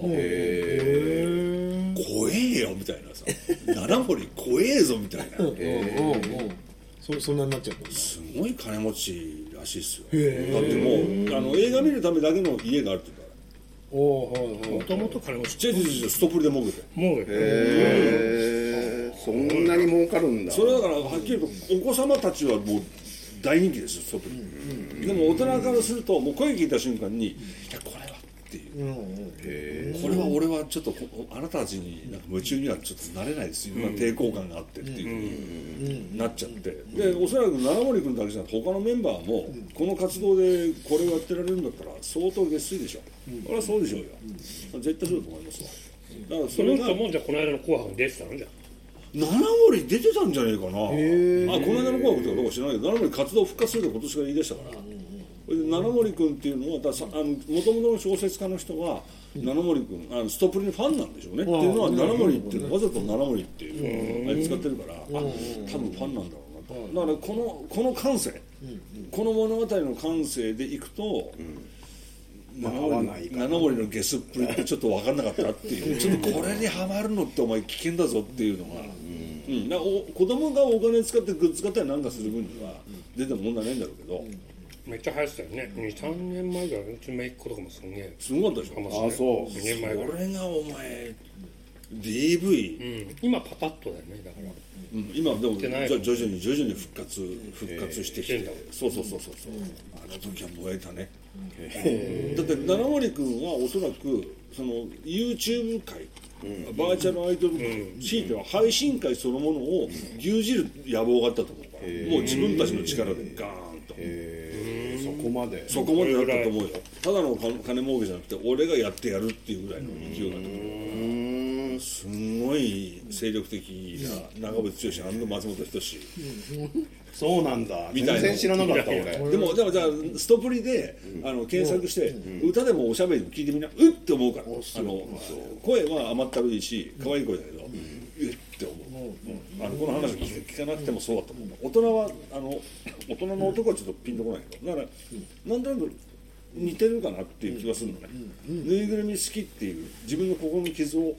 怖えよみたいなさ、七森怖えぞみたいな、
そ, そんなになっちゃったんだ。
すごい金持ちらしいっすよ。だってもうあの映画見るためだけの家があるって言うから。
おーはいはい
もともと金持ち
違う違う違うストップリで儲けて。
もう
へえそんなに儲かるんだ。
それだからはっきりとお子様たちはもう大人気ですよストップリ。でも大人からするともう声聞いた瞬間にいやこれはっていう、これは俺はちょっとあなたたちになんか夢中にはちょっとなれないですよ、まあ、抵抗感があってっていうふうになっちゃって、でおそらく七森君だけじゃなくて他のメンバーもこの活動でこれをやってられるんだったら相当下水でしょ。これはそうでしょうよ、絶対そうだと思いますわ。だからそ
その
れが
人もじゃあこの間の紅白に出てたのじゃ
七森出てたんじゃねえかな。あこの間の紅白とかどうか知らないけど七森活動復活するって今年から言い出したから、それで七森君っていうのはださあの元々の小説家の人は七森君あのストプリのファンなんでしょうね、っていうのは七森っていうのわざと七森っていうあれ使ってるから、あ多分ファンなんだろうなと。だからこのこの感性、この物語の感性でいくと、七森七森のゲスっぷりってちょっと分かんなかったっていうちょっとこれにハマるのってお前危険だぞっていうのが、うん、だからお子供がお金使ってグッズ買ったりなんかする分には出ても問題ないんだろうけど、
めっちゃ流行ってたよね。にさんねんまえぐらい、うちの姪っ子とかもすんげえ
すごかったでしょ。
あそう
にねんまえぐらい。
これがお前 ディーブイ、
うん今パパッとだよね。だから
うん、今でも
てない
じゃ徐々に徐々に復活復活してきて、
えー
そうそうそうそうそう、あの時は燃えたね、だって七森君はおそらくその YouTube 界、バーチャルアイドル界、強いては配信界そのものを牛耳る野望があったと思うから、もう自分たちの力でガーンと、
そこまで
そこまでだったと思うよ。ただの金儲けじゃなくて俺がやってやるっていうぐらいの勢いだと思う。すごい精力的な長渕剛&松本人志
そうなんだ
みたいな
全然知らなかった俺
でもでもじゃあストプリであの検索して歌でもおしゃべりでも聞いてみなうって思うから、あの声は甘ったるいし可愛い声だけどうって思う、あのこの話を聞かなくてもそうだと思う。大人はあの大人の男はちょっとピンとこないけど、だからなんとなく似てるかなっていう気がするのね、ぬいぐるみ好きっていう自分の心の傷を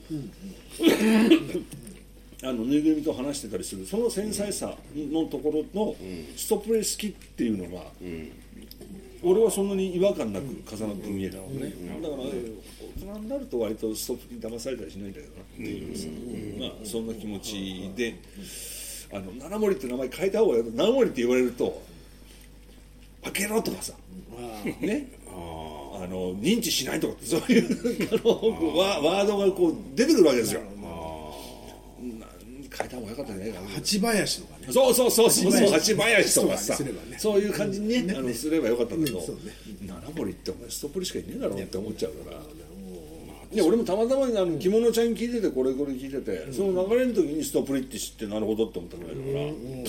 あのぬいぐるみと話してたりするその繊細さのところのストプレ好きっていうのが、俺はそんなに違和感なく重なって見えたのね、だから大人になると割とストプレに騙されたりしないんだけどなっていう、まあそんな気持ちで、あの七森って名前変えた方がいい。七森って言われると開けろとかさねあの認知しないとかそういうあのワワードがこう出てくるわけですよ。変えた方がよかったんじゃないかな。
八林とかね。
そうそうそうそうそう八林とかさ
とかにすればね
そういう感じにね、
ね
あのすればよかったんだけど、
うんそうね
七森ってお前ストップリしかいねえだろって思っちゃうから。いや俺もたまたまあの着物ちゃん聞いててこれこれ聞いてて、うん、その流れの時にストプリって知ってなるほどって思ったぐらいだから、うんうんうん、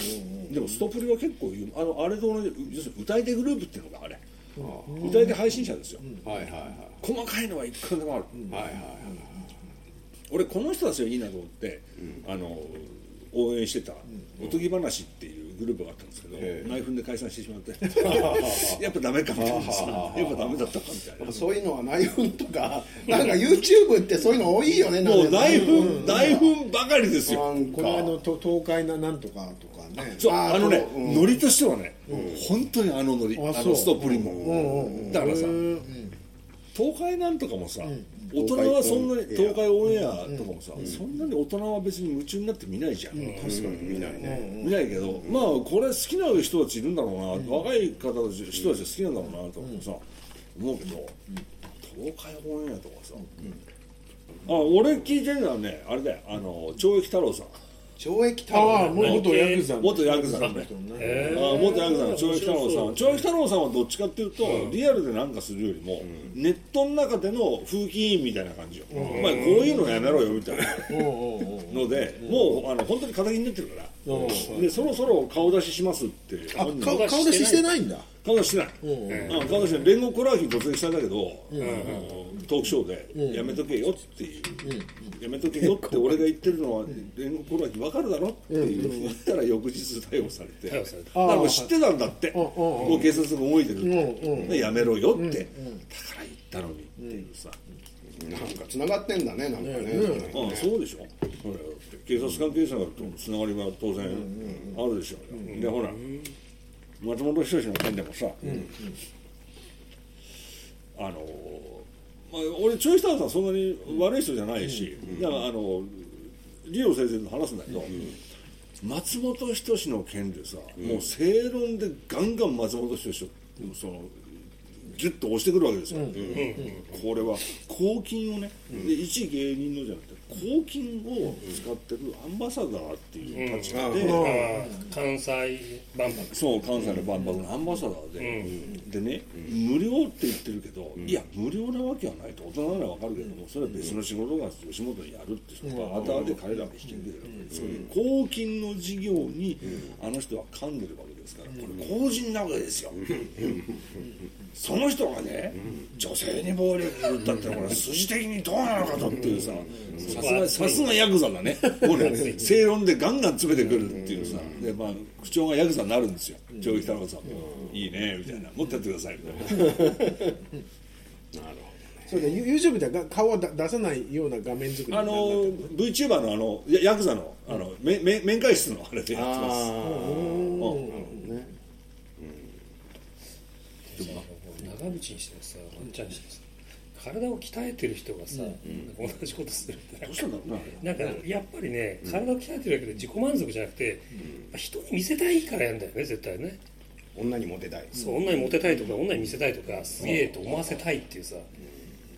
でもストプリは結構あのあれと同じ要するに歌い手グループっていうのがあれ、うん、歌い手配信者ですよ、うんはいはいはい、細かいのはいくらでもある、うんはいはいはい、俺この人たちがいいなと思って、うん、あの応援してたおとぎ話っていうグループがあったんですけど、うん、内紛で解散してしまってやっぱダメかみたいなさやっぱダメだったかみたいな
そういうのは内紛とかなんか YouTube ってそういうの多いよね
もう内紛内紛ばかりですよ。
この間の東海ななんとかとかね
そうあのね、うん、ノリとしてはね、うん、本当にあのノリあのストップリも、うん、だからさ、うん、東海なんとかもさ、うん大人はそんなに東海オンエアとかもさ、うん、そんなに大人は別に夢中になって見ないじゃん、うん、確かに見ないね見ないけど、うん、まあこれ好きな人たちいるんだろうな、うん、若い方たち人たち好きなんだろうなとかさ、うん、思うけど、うん、東海オンエアとかさ、うん、あ俺聞いてるのはねあれだよあの懲役太郎さん
懲役太郎
ああ元ヤクザ
元ヤクザのねあ元ヤクザの懲役太郎さん懲役太郎さんはどっちかっていうと、うん、リアルでなんかするよりも、うん、ネットの中での風紀委員みたいな感じよ、うん、お前こういうのやめろよみたいなのでもうあの本当に敵になってるから、うん、でそろそろ顔出ししますって
あ顔出ししてないんだ
顔出ししてない、うんうん、顔出し連合コラーヒー突撃したんだけど、うんうん、トークショーで、うん、やめとけよっていう、うん、やめとけよって俺が言ってるのは連合コラーヒー分かるだろっていう言ったら翌日逮捕されて、うん、だから知ってたんだって、うん、こう警察が動いてると、うん、やめろよって、うん、だから言ったのにっていうさ、
なんか繋がってんだねなんかね、
うん、ああそうでしょ警察関係者とつながりは当然あるでしょうよ、うん、でほら松本人志の件でもさ、うんうん、あの、まあ、俺チョイスターさんそんなに悪い人じゃないし、うん、だからあの理央先生と話すんだけど、うん、松本人志の件でさ、うん、もう正論でガンガン松本人志をそのギュッと押してくるわけですよ、うんうんうん、これは公金をね、うん、で一芸人のじゃなくて公金を使ってるアンバサダーっていう立場で、うん
うん、関西万博
そう関西の万博のアンバサダーで、うん、でね、うん、無料って言ってるけど、うん、いや無料なわけはないと大人なら分かるけどもそれは別の仕事が吉本にやるってそこはあたあて彼らが引き受けるわけです、うん、そういう公金の事業に、うん、あの人は噛んでるわけですからこれ公人なわけですよ、うん、その人がね、うん、女性に暴力を振ったってのはこれ筋的にどうなのかとっていうささすがさすがヤクザだねこれ正論でガンガン詰めてくるっていうさで、まあ、口調がヤクザになるんですよ懲役太郎さんもいいねみたいなもっとやってくださいみたいななるほどね
それで YouTube で顔は出さないような画面作り
あの VTuber のあのヤクザのあの、うん、めめ面会室のあれでやってますああ
長渕にしてもさワンちゃんにしてもさ体を鍛えてる人がさ、うん、同じことするって
どうしたんだろう
ななんかやっぱりね、うん、体を鍛えてるだけで自己満足じゃなくて、うん、人に見せたいからやるんだよね絶対ね
女にモテたい
そう女にモテたいとか女に見せたいとかすげえと思わせたいっていうさ、うん、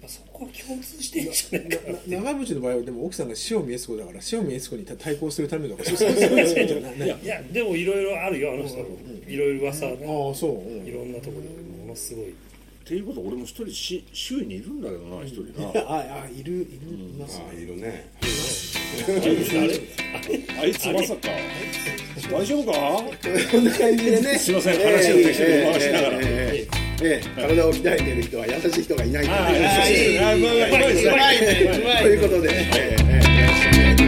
そこは共通してんじゃないかなって
長渕の場合はでも奥さんが塩見悦子だから塩見悦子に対抗するためのそうそうそう
いやいやでもいろいろあるよあの人いろいろ噂はね
ああそう、
うん、いろんなところでものすごい
っていうことは俺も一人し周囲にいるんだけどな一、うん、人な
ああいるいる、うん、いますね
あいるね
あいつまさか大丈夫か
こんな感じでね
すいません話を適当に回しながら
ええ体を鍛えてる人は優しい人がいないという
ということで